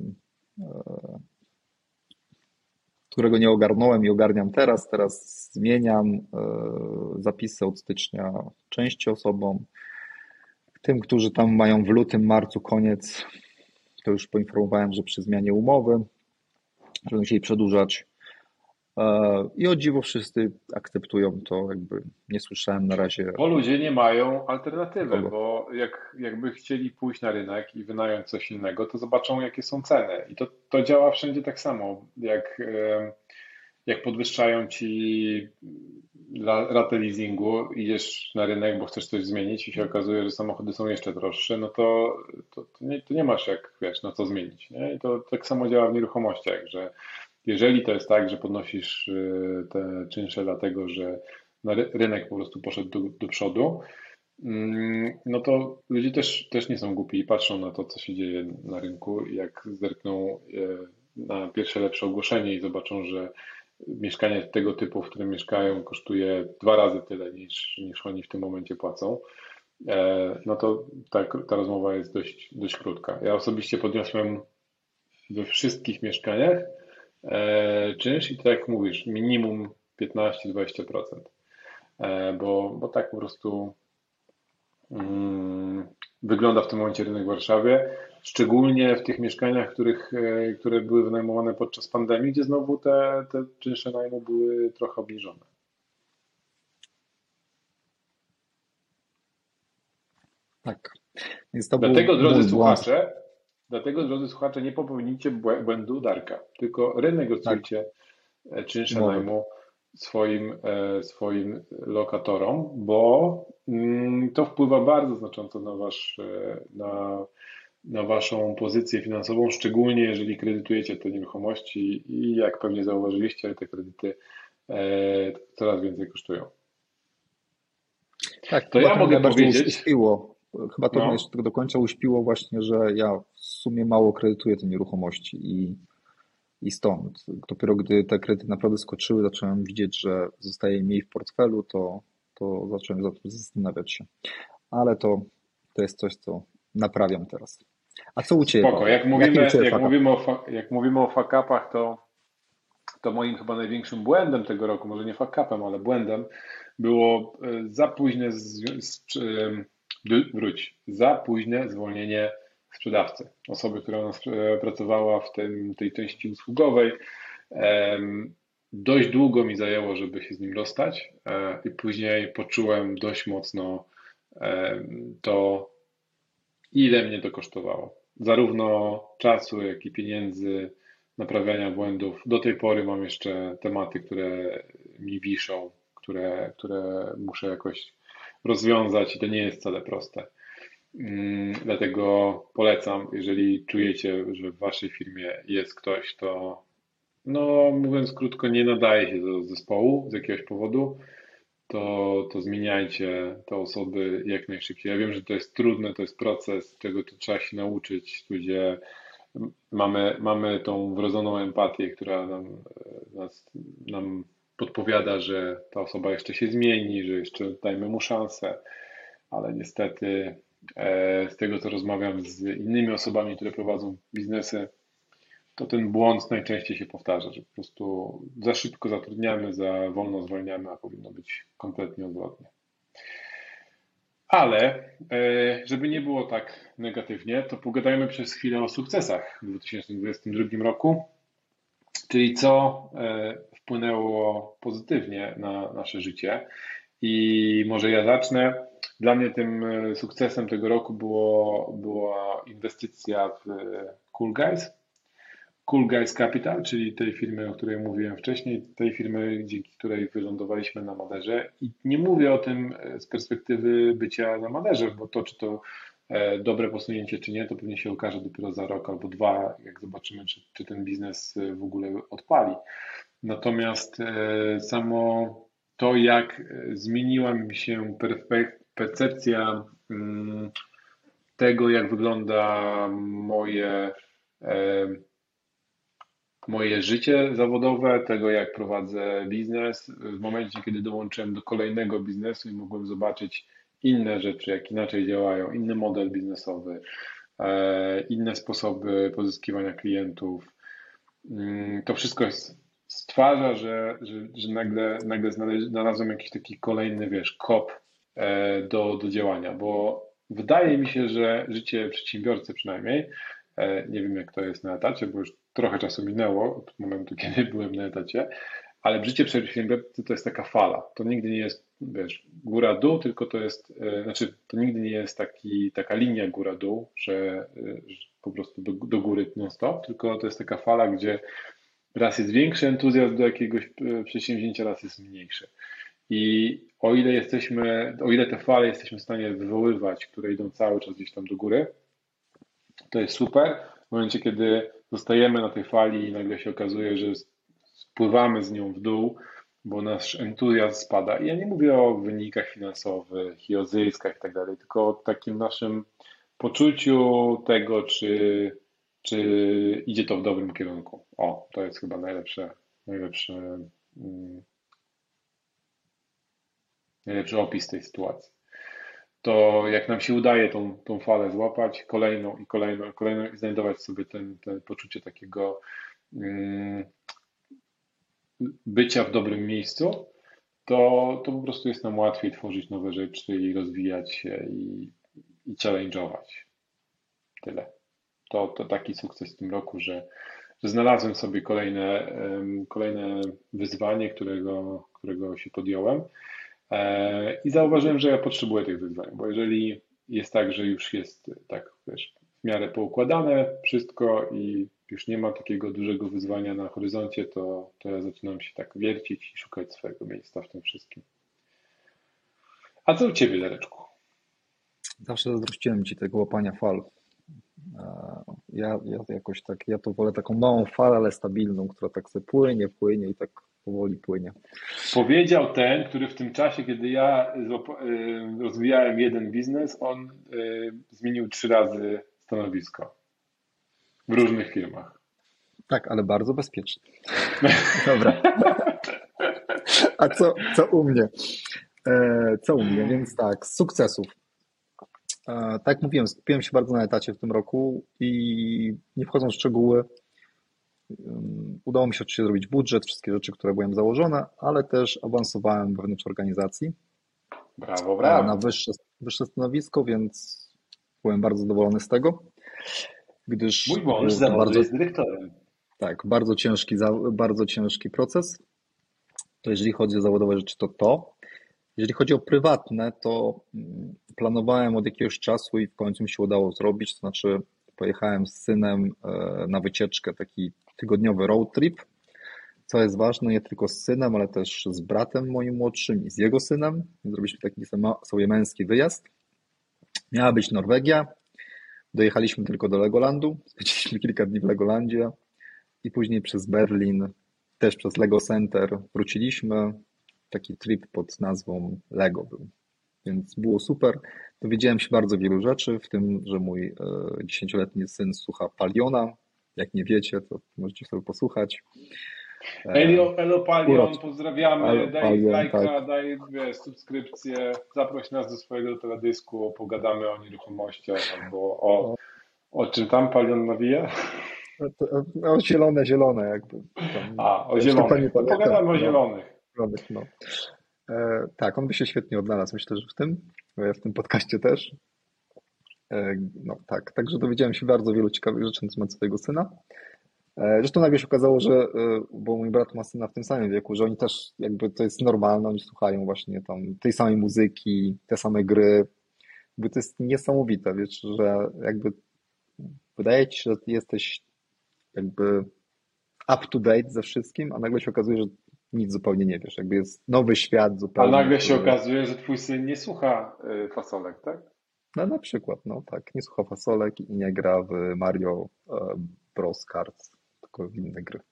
B: którego nie ogarnąłem i ogarniam teraz. Teraz zmieniam zapisy od stycznia części osobom. Tym, którzy tam mają w lutym, marcu koniec, to już poinformowałem, że przy zmianie umowy będą musieli przedłużać. I o dziwo wszyscy akceptują to, jakby nie słyszałem na razie
A: Bo ludzie nie mają alternatywy,
B: nikogo.
A: bo jakby chcieli pójść na rynek i wynająć coś innego, to zobaczą, jakie są ceny. I to działa wszędzie tak samo. Jak podwyższają ci ratę leasingu, idziesz na rynek, bo chcesz coś zmienić i się okazuje, że samochody są jeszcze droższe, no to nie masz jak, wiesz, na co zmienić, nie? I to tak samo działa w nieruchomościach, że jeżeli to jest tak, że podnosisz te czynsze dlatego, że rynek po prostu poszedł do przodu, no to ludzie też nie są głupi i patrzą na to, co się dzieje na rynku i jak zerkną na pierwsze lepsze ogłoszenie i zobaczą, że mieszkanie tego typu, w którym mieszkają, kosztuje 2 razy tyle niż oni w tym momencie płacą, no to ta rozmowa jest dość krótka. Ja osobiście podniosłem we wszystkich mieszkaniach czynsz i tak jak mówisz, minimum 15-20%. Bo tak po prostu wygląda w tym momencie rynek w Warszawie, szczególnie w tych mieszkaniach, które były wynajmowane podczas pandemii, gdzie znowu te czynsze najmu były trochę obniżone.
B: Tak, więc to był
A: Dlatego,
B: mój błąd.
A: drodzy słuchacze, nie popełnijcie błędu Darka, tylko
B: Tak,
A: renegocjujcie czynsze
B: umowy.
A: najmu swoim lokatorom, bo to wpływa bardzo znacząco na waszą pozycję finansową, szczególnie jeżeli kredytujecie te nieruchomości i jak pewnie zauważyliście, te kredyty coraz więcej kosztują.
B: Tak,
A: To
B: chyba
A: ja
B: to mnie
A: mogę
B: najbardziej
A: powiedzieć,
B: uśpiło. Chyba to mnie
A: no,
B: jeszcze tego do końca uśpiło właśnie, że ja w sumie mało kredytuję te nieruchomości i stąd. Dopiero gdy te kredyty naprawdę skoczyły, zacząłem widzieć, że zostaje mniej w portfelu, to zacząłem zastanawiać się. Ale to jest coś, co naprawiam teraz. A co u Ciebie,
A: spoko.
B: Paweł? Jaki u Ciebie
A: Jak
B: fuck up?
A: mówimy jak mówimy o fuck-upach, to moim chyba największym błędem tego roku, może nie fuck-upem, ale błędem, było za późne, za późne zwolnienie sprzedawcy. Osoby, która u nas pracowała w tej części usługowej. Dość długo mi zajęło, żeby się z nim rozstać i później poczułem dość mocno to, ile mnie to kosztowało. Zarówno czasu, jak i pieniędzy, naprawiania błędów. Do tej pory mam jeszcze tematy, które mi wiszą, które muszę jakoś rozwiązać i to nie jest wcale proste. Dlatego polecam, jeżeli czujecie, że w waszej firmie jest ktoś, to no mówiąc krótko, nie nadaje się do zespołu z jakiegoś powodu, to zmieniajcie te osoby jak najszybciej. Ja wiem, że to jest trudne, to jest proces, czego to trzeba się nauczyć, gdzie mamy tą wrodzoną empatię, która nam podpowiada, że ta osoba jeszcze się zmieni, że jeszcze dajmy mu szansę, ale niestety z tego, co rozmawiam z innymi osobami, które prowadzą biznesy, to ten błąd najczęściej się powtarza, że po prostu za szybko zatrudniamy, za wolno zwalniamy, a powinno być kompletnie odwrotnie. Ale żeby nie było tak negatywnie, to pogadajmy przez chwilę o sukcesach w 2022 roku, czyli co wpłynęło pozytywnie na nasze życie. I może ja zacznę. Dla mnie tym sukcesem tego roku była inwestycja w Cool Guys. Cool Guys Capital, czyli tej firmy, o której mówiłem wcześniej, tej firmy, dzięki której wylądowaliśmy na Maderze. I nie mówię o tym z perspektywy bycia na Maderze, bo to, czy to dobre posunięcie, czy nie, to pewnie się okaże dopiero za rok albo dwa, jak zobaczymy, czy ten biznes w ogóle odpali. Natomiast samo to, jak zmieniła mi się percepcja tego, jak wygląda moje życie zawodowe, tego jak prowadzę biznes. W momencie, kiedy dołączyłem do kolejnego biznesu i mogłem zobaczyć inne rzeczy, jak inaczej działają, inny model biznesowy, inne sposoby pozyskiwania klientów, to wszystko stwarza, że nagle znalazłem jakiś taki kolejny, wiesz, kop do działania, bo wydaje mi się, że życie przedsiębiorcy przynajmniej, nie wiem jak to jest na etacie, bo już trochę czasu minęło od momentu, kiedy byłem na etacie, ale życie przedsiębiorcy to jest taka fala. To nigdy nie jest, wiesz, góra-dół, tylko to jest, znaczy to nigdy nie jest taka linia góra-dół, że po prostu do góry non-stop, tylko to jest taka fala, gdzie raz jest większy entuzjazm do jakiegoś przedsięwzięcia, raz jest mniejszy. I o ile te fale jesteśmy w stanie wywoływać, które idą cały czas gdzieś tam do góry, to jest super. W momencie, kiedy zostajemy na tej fali i nagle się okazuje, że spływamy z nią w dół, bo nasz entuzjazm spada. I ja nie mówię o wynikach finansowych i o zyskach i tak dalej, tylko o takim naszym poczuciu tego, czy idzie to w dobrym kierunku. O, to jest chyba najlepszy, mm, najlepszy opis tej sytuacji. To jak nam się udaje tą falę złapać, kolejną i kolejną i kolejną i znajdować sobie ten poczucie takiego mm, bycia w dobrym miejscu, to po prostu jest nam łatwiej tworzyć nowe rzeczy i rozwijać się i challenge'ować. Tyle. To taki sukces w tym roku, że znalazłem sobie kolejne wyzwanie, którego się podjąłem. I zauważyłem, że ja potrzebuję tych wyzwań, bo jeżeli jest tak, że już jest tak, wiesz, w miarę poukładane wszystko i już nie ma takiego dużego wyzwania na horyzoncie, to ja zaczynam się tak wiercić i szukać swojego miejsca w tym wszystkim. A co u Ciebie, Dareczku?
B: Zawsze zazdrościłem Ci tego łapania fal. Ja jakoś tak, ja to wolę taką małą falę, ale stabilną, która tak sobie płynie i tak powoli płynie.
A: Powiedział ten, który w tym czasie, kiedy ja rozwijałem jeden biznes, on zmienił 3 razy stanowisko w różnych firmach.
B: Tak, ale bardzo bezpiecznie. Dobra. A co u mnie? Co u mnie? Więc tak, z sukcesów. Tak jak mówiłem, skupiłem się bardzo na etacie w tym roku i nie wchodząc w szczegóły, udało mi się oczywiście zrobić budżet, wszystkie rzeczy, które byłem założone, ale też awansowałem wewnątrz organizacji
A: Brawo,
B: na
A: brawo.
B: wyższe stanowisko, więc byłem bardzo zadowolony z tego, gdyż
A: Mój mąż z
B: był to
A: zawodu jest dyrektorem.
B: tak, bardzo ciężki proces. To jeżeli chodzi o zawodowe rzeczy, to. Jeżeli chodzi o prywatne, to planowałem od jakiegoś czasu i w końcu mi się udało zrobić, to znaczy pojechałem z synem na wycieczkę, taki tygodniowy road trip, co jest ważne, nie tylko z synem, ale też z bratem moim młodszym i z jego synem. Zrobiliśmy taki sobie męski wyjazd. Miała być Norwegia, dojechaliśmy tylko do Legolandu, spędziliśmy kilka dni w Legolandzie i później przez Berlin, też przez Lego Center wróciliśmy. Taki trip pod nazwą Lego był. Więc było super. Dowiedziałem się bardzo wielu rzeczy, w tym, że mój 10-letni syn słucha Paliona. Jak nie wiecie, to możecie sobie posłuchać.
A: Elo Palion, pozdrawiamy, daj
B: Palion, tak.
A: lajka, daj subskrypcję, zaproś nas do swojego teledysku, pogadamy o nieruchomościach albo o czym tam Palion nawija?
B: O zielone jakby.
A: O
B: Już dokładnie
A: zielonych, to
B: pamiętam.
A: pogadamy o zielonych.
B: No. Tak, on by się świetnie odnalazł, myślę, że w tym podcaście też. No tak, także dowiedziałem się bardzo wielu ciekawych rzeczy na temat swojego syna. Zresztą nagle się okazało, że, bo mój brat ma syna w tym samym wieku, że oni też jakby to jest normalne, oni słuchają właśnie tam tej samej muzyki, te same gry, bo to jest niesamowite, wiesz, że jakby wydaje ci się, że ty jesteś jakby up to date ze wszystkim, a nagle się okazuje, że nic zupełnie nie wiesz, jakby jest nowy świat
A: A
B: zupełnie,
A: nagle się
B: który...
A: okazuje, że twój syn nie słucha fasolek, tak?
B: No na przykład, no tak, nie słucha fasolek i nie gra w Mario Bros. Kart, tylko w inne gry.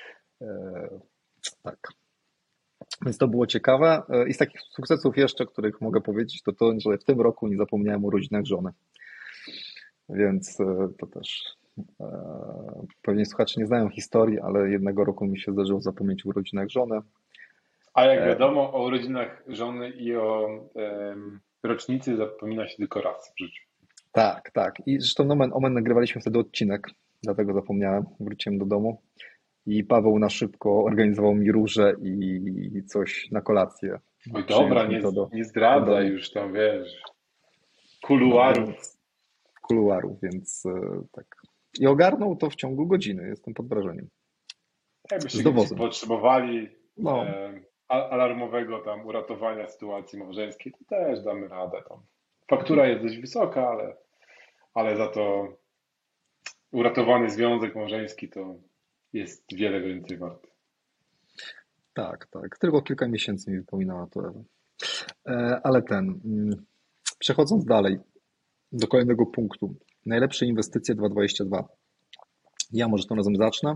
B: Tak. Więc to było ciekawe. I z takich sukcesów jeszcze, których mogę powiedzieć, to, że w tym roku nie zapomniałem o urodzinach żony. Więc to też pewnie słuchacze nie znają historii, ale jednego roku mi się zdarzyło zapomnieć o urodzinach żony.
A: A jak wiadomo, o urodzinach żony i o rocznicy zapomina się tylko raz w życiu.
B: Tak, tak. I zresztą nomen omen nagrywaliśmy wtedy odcinek, dlatego zapomniałem. Wróciłem do domu i Paweł na szybko organizował mi róże i coś na kolację.
A: Oj, dobra, nie zdradzaj już tam, wiesz, kuluarów.
B: Kuluarów, więc tak. I ogarnął to w ciągu godziny. Jestem pod wrażeniem.
A: Jakbyście potrzebowali
B: No.
A: alarmowego tam uratowania sytuacji małżeńskiej, to też damy radę tam. Faktura jest dość wysoka, ale za to uratowany związek małżeński to jest wiele więcej wart.
B: Tak, tak. Tylko kilka miesięcy mi wypominała to Ewa. Ale przechodząc dalej do kolejnego punktu. Najlepsze inwestycje 2022. Ja może tym razem zacznę.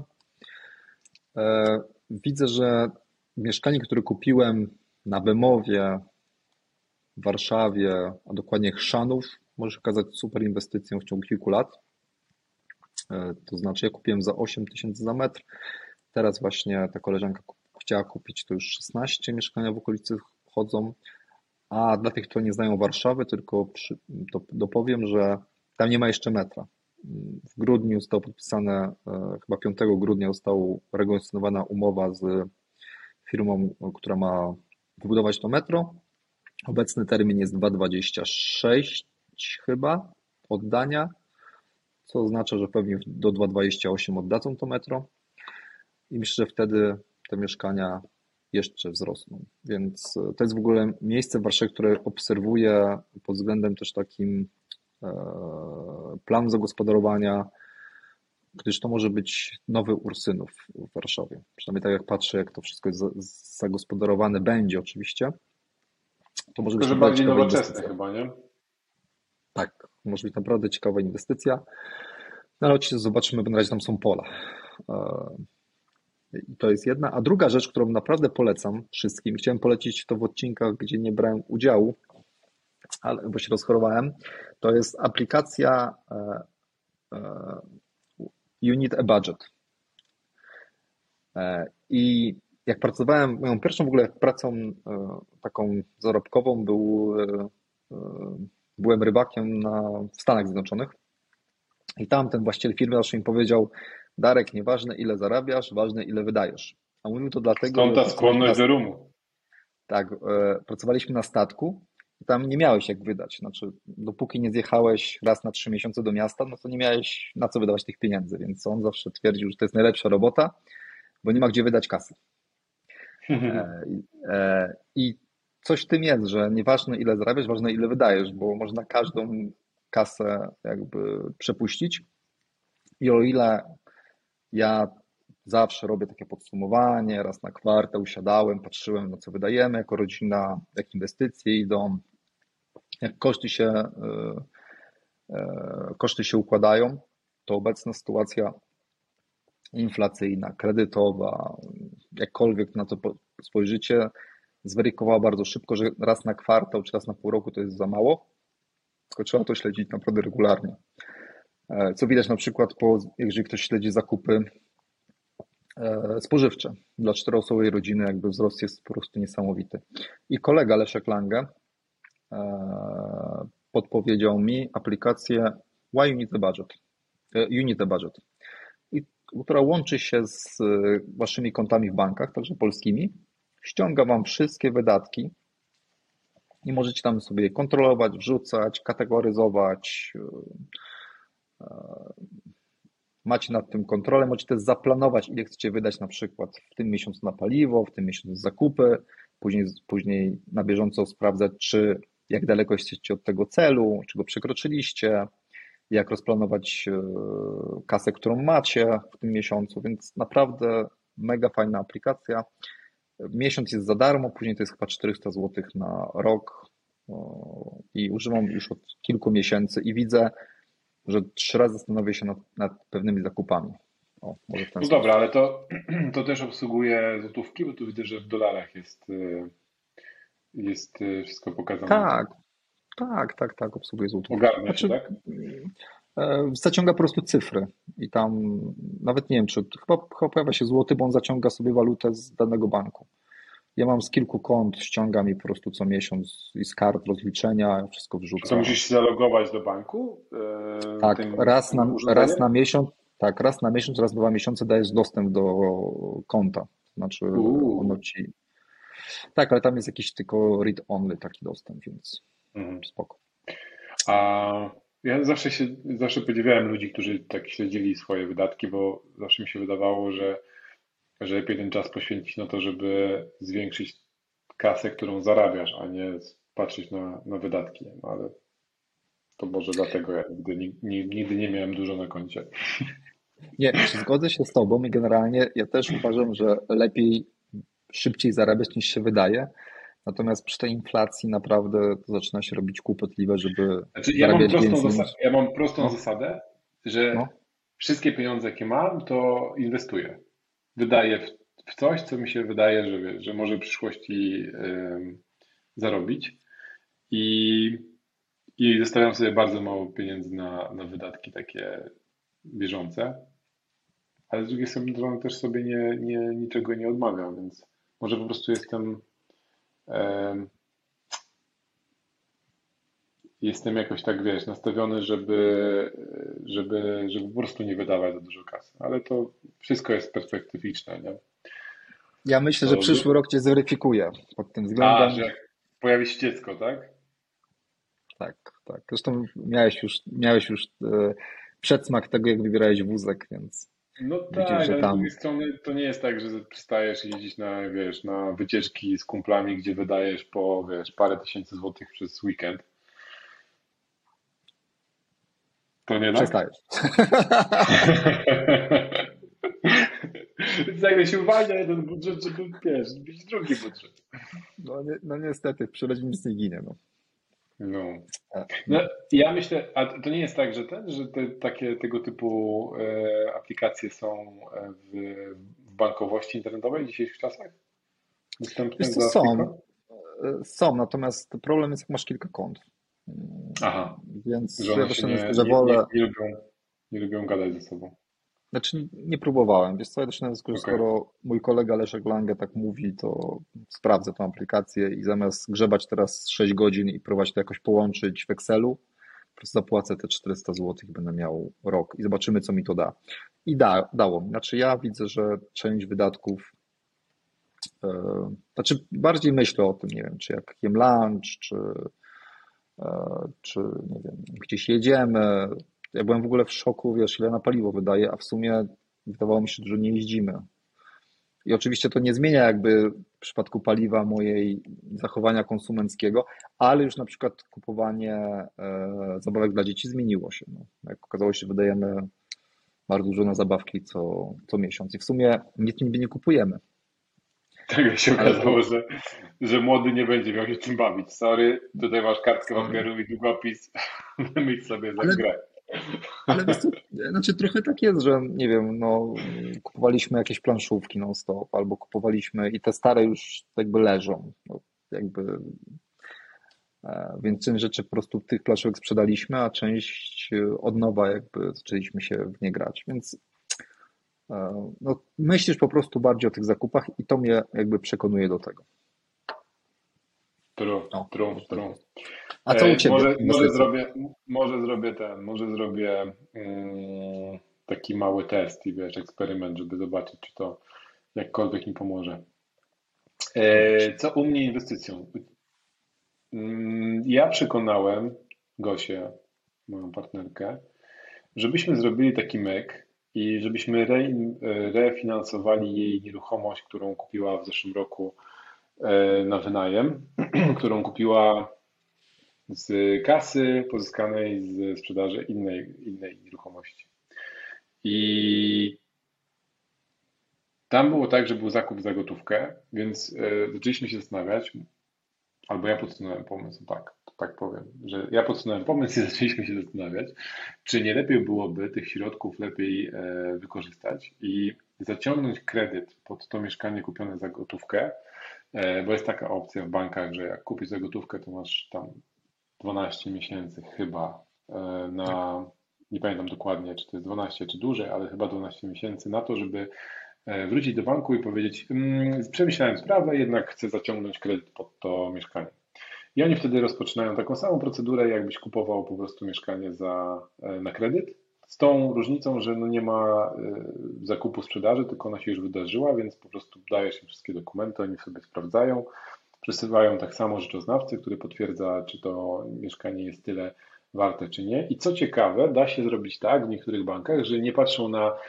B: Widzę, że mieszkanie, które kupiłem na Bemowie, w Warszawie, a dokładnie Chrzanów, może się okazać super inwestycją w ciągu kilku lat. To znaczy, ja kupiłem za 8 000 za metr. Teraz właśnie ta koleżanka chciała kupić, to już 16 mieszkania w okolicy chodzą. A dla tych, którzy nie znają Warszawy, tylko dopowiem, że tam nie ma jeszcze metra. W grudniu zostało podpisane, chyba 5 grudnia została renegocjonowana umowa z firmą, która ma wybudować to metro. Obecny termin jest 2026 chyba oddania, co oznacza, że pewnie do 2028 oddadzą to metro i myślę, że wtedy te mieszkania jeszcze wzrosną. Więc to jest w ogóle miejsce w Warszawie, które obserwuję pod względem też takim planu zagospodarowania, gdyż to może być nowy Ursynów w Warszawie. Przynajmniej tak jak patrzę, jak to wszystko jest zagospodarowane, będzie oczywiście. To może być
A: Tylko, że bardziej nowoczesne chyba, nie?
B: Tak, Może być naprawdę ciekawa inwestycja. No ale oczywiście zobaczymy, bo na razie tam są pola. I to jest jedna. A druga rzecz, którą naprawdę polecam wszystkim, chciałem polecić to w odcinkach, gdzie nie brałem udziału, ale bo się rozchorowałem, to jest aplikacja You Need a Budget. I jak pracowałem, moją pierwszą w ogóle pracą taką zarobkową byłem rybakiem w Stanach Zjednoczonych i tam ten właściciel firmy zawsze mi powiedział: Darek, nieważne ile zarabiasz, ważne ile wydajesz. A mówił to dlatego,
A: Stąd
B: że
A: ta skłonność do rumu.
B: tak, pracowaliśmy na statku i tam nie miałeś jak wydać. Znaczy, dopóki nie zjechałeś raz na 3 miesiące do miasta, no to nie miałeś na co wydawać tych pieniędzy, więc on zawsze twierdził, że to jest najlepsza robota, bo nie ma gdzie wydać kasy. I coś w tym jest, że nieważne ile zarabiasz, ważne ile wydajesz, bo można każdą kasę jakby przepuścić. I o ile ja zawsze robię takie podsumowanie, raz na kwartał usiadałem, patrzyłem na co wydajemy jako rodzina, jak inwestycje idą, jak koszty się układają, to obecna sytuacja inflacyjna, kredytowa, jakkolwiek na to spojrzycie, zweryfikowała bardzo szybko, że raz na kwartał czy raz na pół roku to jest za mało, tylko trzeba to śledzić naprawdę regularnie. Co widać na przykład, jeżeli ktoś śledzi zakupy spożywcze dla 4-osobowej rodziny, jakby wzrost jest po prostu niesamowity. I kolega Leszek Lange podpowiedział mi aplikację Why You Need a Budget, You Need a Budget, która łączy się z waszymi kontami w bankach, także polskimi, ściąga wam wszystkie wydatki i możecie tam sobie kontrolować, wrzucać, kategoryzować. Macie nad tym kontrolę, możecie też zaplanować, ile chcecie wydać na przykład w tym miesiącu na paliwo, w tym miesiącu zakupy, później na bieżąco sprawdzać, jak daleko jesteście od tego celu, czy go przekroczyliście, jak rozplanować kasę, którą macie w tym miesiącu, więc naprawdę mega fajna aplikacja. Miesiąc jest za darmo, później to jest chyba 400 zł na rok i używam już od kilku miesięcy i widzę, że 3 razy zastanowię się nad pewnymi zakupami. Może w ten
A: No
B: sposób.
A: dobra, ale to też obsługuje złotówki, bo tu widzę, że w dolarach jest wszystko pokazane.
B: Tak, obsługuje złotówki.
A: Ogarnia się,
B: Znaczy,
A: tak?
B: zaciąga po prostu cyfry i tam nawet nie wiem, czy chyba pojawia się złoty, bo on zaciąga sobie walutę z danego banku. Ja mam z kilku kont, ściągam i po prostu co miesiąc i z kart rozliczenia wszystko
A: Co
B: wrzucam.
A: musisz się zalogować do banku?
B: Tak,
A: Tym
B: raz na
A: urządzeniem?
B: miesiąc, raz na miesiąc, raz na 2 miesiące dajesz dostęp do konta. Znaczy ono ci. Tak, ale tam jest jakiś tylko read-only taki dostęp, więc
A: Mhm.
B: spoko.
A: A ja zawsze podziwiałem ludzi, którzy tak śledzili swoje wydatki, bo zawsze mi się wydawało, że lepiej ten czas poświęcić na to, żeby zwiększyć kasę, którą zarabiasz, a nie patrzeć na wydatki. No ale to może dlatego ja nigdy nie miałem dużo na koncie.
B: Nie, zgodzę się z tobą i generalnie ja też uważam, że lepiej szybciej zarabiać niż się wydaje. Natomiast przy tej inflacji naprawdę to zaczyna się robić kłopotliwe, żeby
A: Znaczy,
B: zarabiać więcej
A: ja mam prostą
B: no,
A: zasadę, że
B: no.
A: wszystkie pieniądze, jakie mam, to inwestuję. Wydaję w coś, co mi się wydaje, że, wiesz, że może w przyszłości zarobić. I, I zostawiam sobie bardzo mało pieniędzy na wydatki takie bieżące. Ale z drugiej strony też sobie niczego nie odmawiam, więc może po prostu em, jestem jakoś tak, wiesz, nastawiony, żeby po prostu nie wydawać za dużo kasy. Ale to wszystko jest perspektywiczne, nie?
B: Ja myślę, że
A: To,
B: przyszły rok cię zweryfikuje pod tym
A: a,
B: względem.
A: że jak pojawi się dziecko, tak?
B: Tak, tak. Zresztą miałeś już przedsmak tego, jak wybierałeś wózek, więc
A: No
B: widzisz,
A: tak,
B: że
A: ale z
B: tam.
A: drugiej strony to nie jest tak, że przestajesz jeździć na wycieczki z kumplami, gdzie wydajesz parę tysięcy złotych przez weekend. To nie tak?
B: Przestajesz.
A: Więc nagle się uwalnia jeden budżet, żeby, mieć drugi budżet.
B: No niestety, przy rodzinie nic nie ginie. No.
A: No.
B: E,
A: No, ja myślę, a to nie jest tak, że takie tego typu aplikacje są w bankowości internetowej w dzisiejszych czasach
B: Wiesz
A: dostępne
B: co,
A: za friko?
B: są, natomiast problem jest, jak masz kilka kont.
A: Aha, że
B: Więc ja
A: one
B: też
A: się
B: że wolę,
A: nie lubią gadać ze sobą.
B: znaczy nie próbowałem. Wiesz co, ja też że
A: Okej.
B: skoro mój kolega Leszek Lange tak mówi, to sprawdzę tą aplikację i zamiast grzebać teraz 6 godzin i próbować to jakoś połączyć w Excelu, po prostu zapłacę te 400 zł i będę miał rok i zobaczymy, co mi to da. I dało mi. Znaczy ja widzę, że część wydatków, e, znaczy bardziej myślę o tym, nie wiem, czy jak jem lunch, e, czy nie wiem, gdzieś jedziemy. Ja byłem w ogóle w szoku, wiesz, ile na paliwo wydaje, a w sumie wydawało mi się, że nie jeździmy. I oczywiście to nie zmienia jakby w przypadku paliwa mojej zachowania konsumenckiego, ale już na przykład kupowanie zabawek dla dzieci zmieniło się. No. Jak okazało się, wydajemy bardzo dużo na zabawki co miesiąc i w sumie nic niby nie kupujemy,
A: Tak się
B: ale to
A: okazało, że młody nie będzie miał się czym bawić. Sorry, tutaj masz kartkę
B: sorry.
A: papieru i długopis. Wymyśl sobie za
B: Ale
A: grę.
B: Ale wiesz co, znaczy trochę tak jest, że nie wiem, no kupowaliśmy jakieś planszówki non-stop, albo kupowaliśmy i te stare już jakby leżą, no, jakby, więc część rzeczy po prostu tych planszówek sprzedaliśmy, a część od nowa jakby zaczęliśmy się w nie grać, więc no, myślisz po prostu bardziej o tych zakupach i to mnie jakby przekonuje do tego.
A: True,
B: No,
A: true,
B: może tak
A: true.
B: jest. A co u Ciebie w inwestycjach?
A: Może zrobię taki mały test i wiesz, eksperyment, żeby zobaczyć, czy to jakkolwiek mi pomoże.
B: Zobacz.
A: Co u mnie inwestycją? Ja przekonałem Gosię, moją partnerkę, żebyśmy zrobili taki myk i żebyśmy refinansowali jej nieruchomość, którą kupiła w zeszłym roku na wynajem, którą kupiła z kasy pozyskanej z sprzedaży innej nieruchomości. I tam było tak, że był zakup za gotówkę, więc zaczęliśmy się zastanawiać, albo ja podsunąłem pomysł, tak, to tak powiem, że ja podsunąłem pomysł i zaczęliśmy się zastanawiać, czy nie lepiej byłoby tych środków lepiej wykorzystać i zaciągnąć kredyt pod to mieszkanie kupione za gotówkę, bo jest taka opcja w bankach, że jak kupisz za gotówkę, to masz tam 12 miesięcy chyba
B: Tak.
A: na, nie pamiętam dokładnie, czy to jest 12 czy dłużej, ale chyba 12 miesięcy na to, żeby wrócić do banku i powiedzieć, przemyślałem sprawę, jednak chcę zaciągnąć kredyt pod to mieszkanie. I oni wtedy rozpoczynają taką samą procedurę, jakbyś kupował po prostu mieszkanie na kredyt, z tą różnicą, że no nie ma zakupu sprzedaży, tylko ona się już wydarzyła, więc po prostu dajesz im wszystkie dokumenty, oni sobie sprawdzają, przesyłają tak samo rzeczoznawcy, który potwierdza, czy to mieszkanie jest tyle warte, czy nie. I co ciekawe, da się zrobić tak w niektórych bankach, że nie patrzą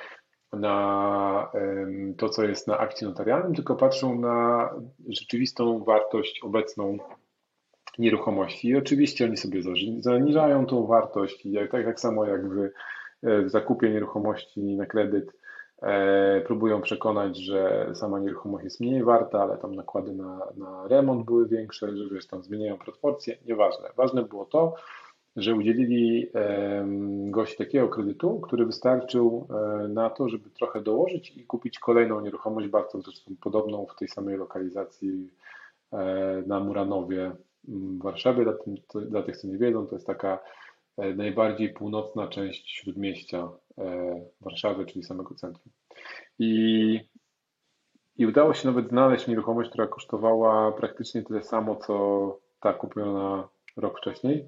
A: na to, co jest na akcie notarialnym, tylko patrzą na rzeczywistą wartość obecną nieruchomości. I oczywiście oni sobie zaniżają tą wartość, i tak samo jak w zakupie nieruchomości na kredyt próbują przekonać, że sama nieruchomość jest mniej warta, ale tam nakłady na remont były większe, że wiesz, tam zmieniają proporcje, nieważne. Ważne było to, że udzielili gości takiego kredytu, który wystarczył na to, żeby trochę dołożyć i kupić kolejną nieruchomość, bardzo zresztą podobną w tej samej lokalizacji na Muranowie w Warszawie. Dla tych, co nie wiedzą, to jest taka najbardziej północna część śródmieścia Warszawy, czyli samego centrum. I, I udało się nawet znaleźć nieruchomość, która kosztowała praktycznie tyle samo, co ta kupiona rok wcześniej.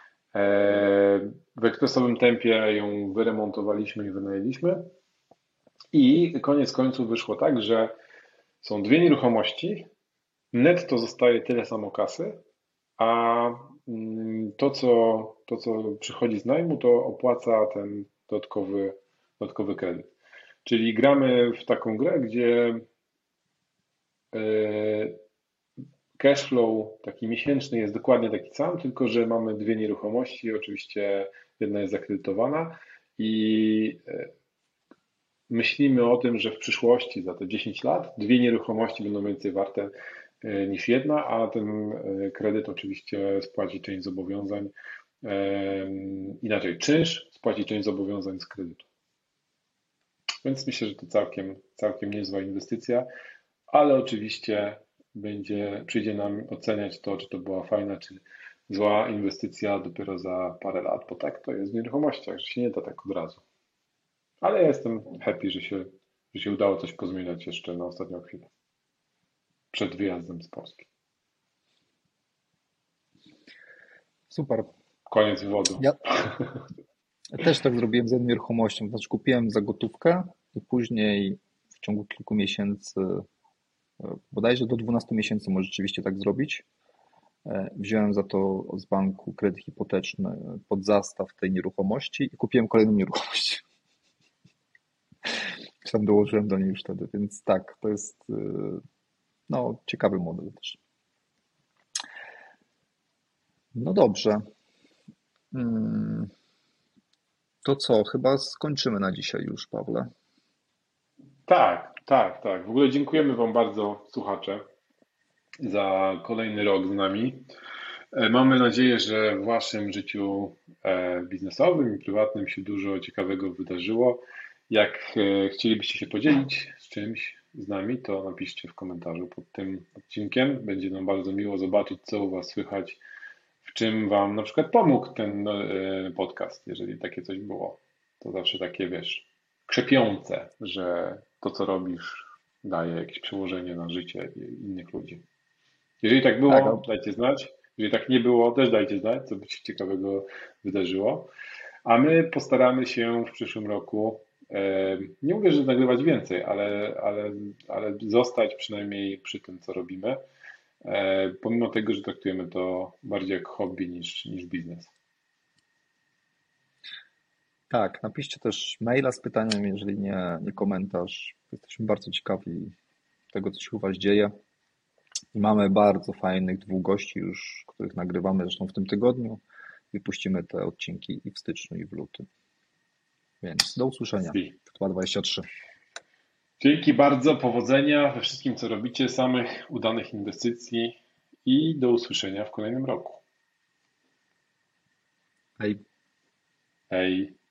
A: W ekspresowym tempie ją wyremontowaliśmy i wynajęliśmy. I koniec końców wyszło tak, że są dwie nieruchomości, netto zostaje tyle samo kasy, a to, co przychodzi z najmu, to opłaca ten dodatkowy kredyt. Czyli gramy w taką grę, gdzie cash flow taki miesięczny jest dokładnie taki sam, tylko że mamy dwie nieruchomości, oczywiście jedna jest zakredytowana i myślimy o tym, że w przyszłości, za te 10 lat, dwie nieruchomości będą więcej warte niż jedna, a ten kredyt oczywiście spłaci część zobowiązań. Inaczej, czynsz spłaci część zobowiązań z kredytu. Więc myślę, że to całkiem niezła inwestycja, ale oczywiście przyjdzie nam oceniać to, czy to była fajna, czy zła inwestycja dopiero za parę lat, bo tak to jest w nieruchomościach, że się nie da tak od razu. Ale ja jestem happy, że się udało coś pozmieniać jeszcze na ostatnią chwilę, przed wyjazdem z Polski.
B: Super.
A: Koniec wywodu.
B: Ja też tak zrobiłem z jedną nieruchomością. Znaczy kupiłem za gotówkę i później w ciągu kilku miesięcy, bodajże do 12 miesięcy może rzeczywiście tak zrobić. Wziąłem za to z banku kredyt hipoteczny pod zastaw tej nieruchomości i kupiłem kolejną nieruchomość. Tam dołożyłem do niej już wtedy, więc tak, to jest no, ciekawy model też. No dobrze. Mm, To co, chyba skończymy na dzisiaj już, Pawle.
A: Tak, tak, tak. W ogóle dziękujemy Wam bardzo, słuchacze, za kolejny rok z nami. Mamy nadzieję, że w Waszym życiu biznesowym i prywatnym się dużo ciekawego wydarzyło. Jak chcielibyście się podzielić z czymś z nami, to napiszcie w komentarzu pod tym odcinkiem. Będzie nam bardzo miło zobaczyć, co u Was słychać, w czym Wam na przykład pomógł ten podcast, jeżeli takie coś było. To zawsze takie, wiesz, krzepiące, że to, co robisz, daje jakieś przełożenie na życie innych ludzi. Jeżeli tak
B: Tak,
A: było, dajcie znać. Jeżeli tak nie było, też dajcie znać, co by się ciekawego wydarzyło. A my postaramy się w przyszłym roku, nie mówię, że nagrywać więcej, ale zostać przynajmniej przy tym, co robimy, pomimo tego, że traktujemy to bardziej jak hobby niż biznes.
B: tak, napiszcie też maila z pytaniem, jeżeli nie komentarz. Jesteśmy bardzo ciekawi tego, co się u Was dzieje. I mamy bardzo fajnych dwóch gości już, których nagrywamy zresztą w tym tygodniu i puścimy te odcinki i w styczniu, i w lutym. Więc do usłyszenia. Chyba 23.
A: Dzięki bardzo, powodzenia we wszystkim, co robicie, samych udanych inwestycji i do usłyszenia w kolejnym roku.
B: Hej.
A: Hej.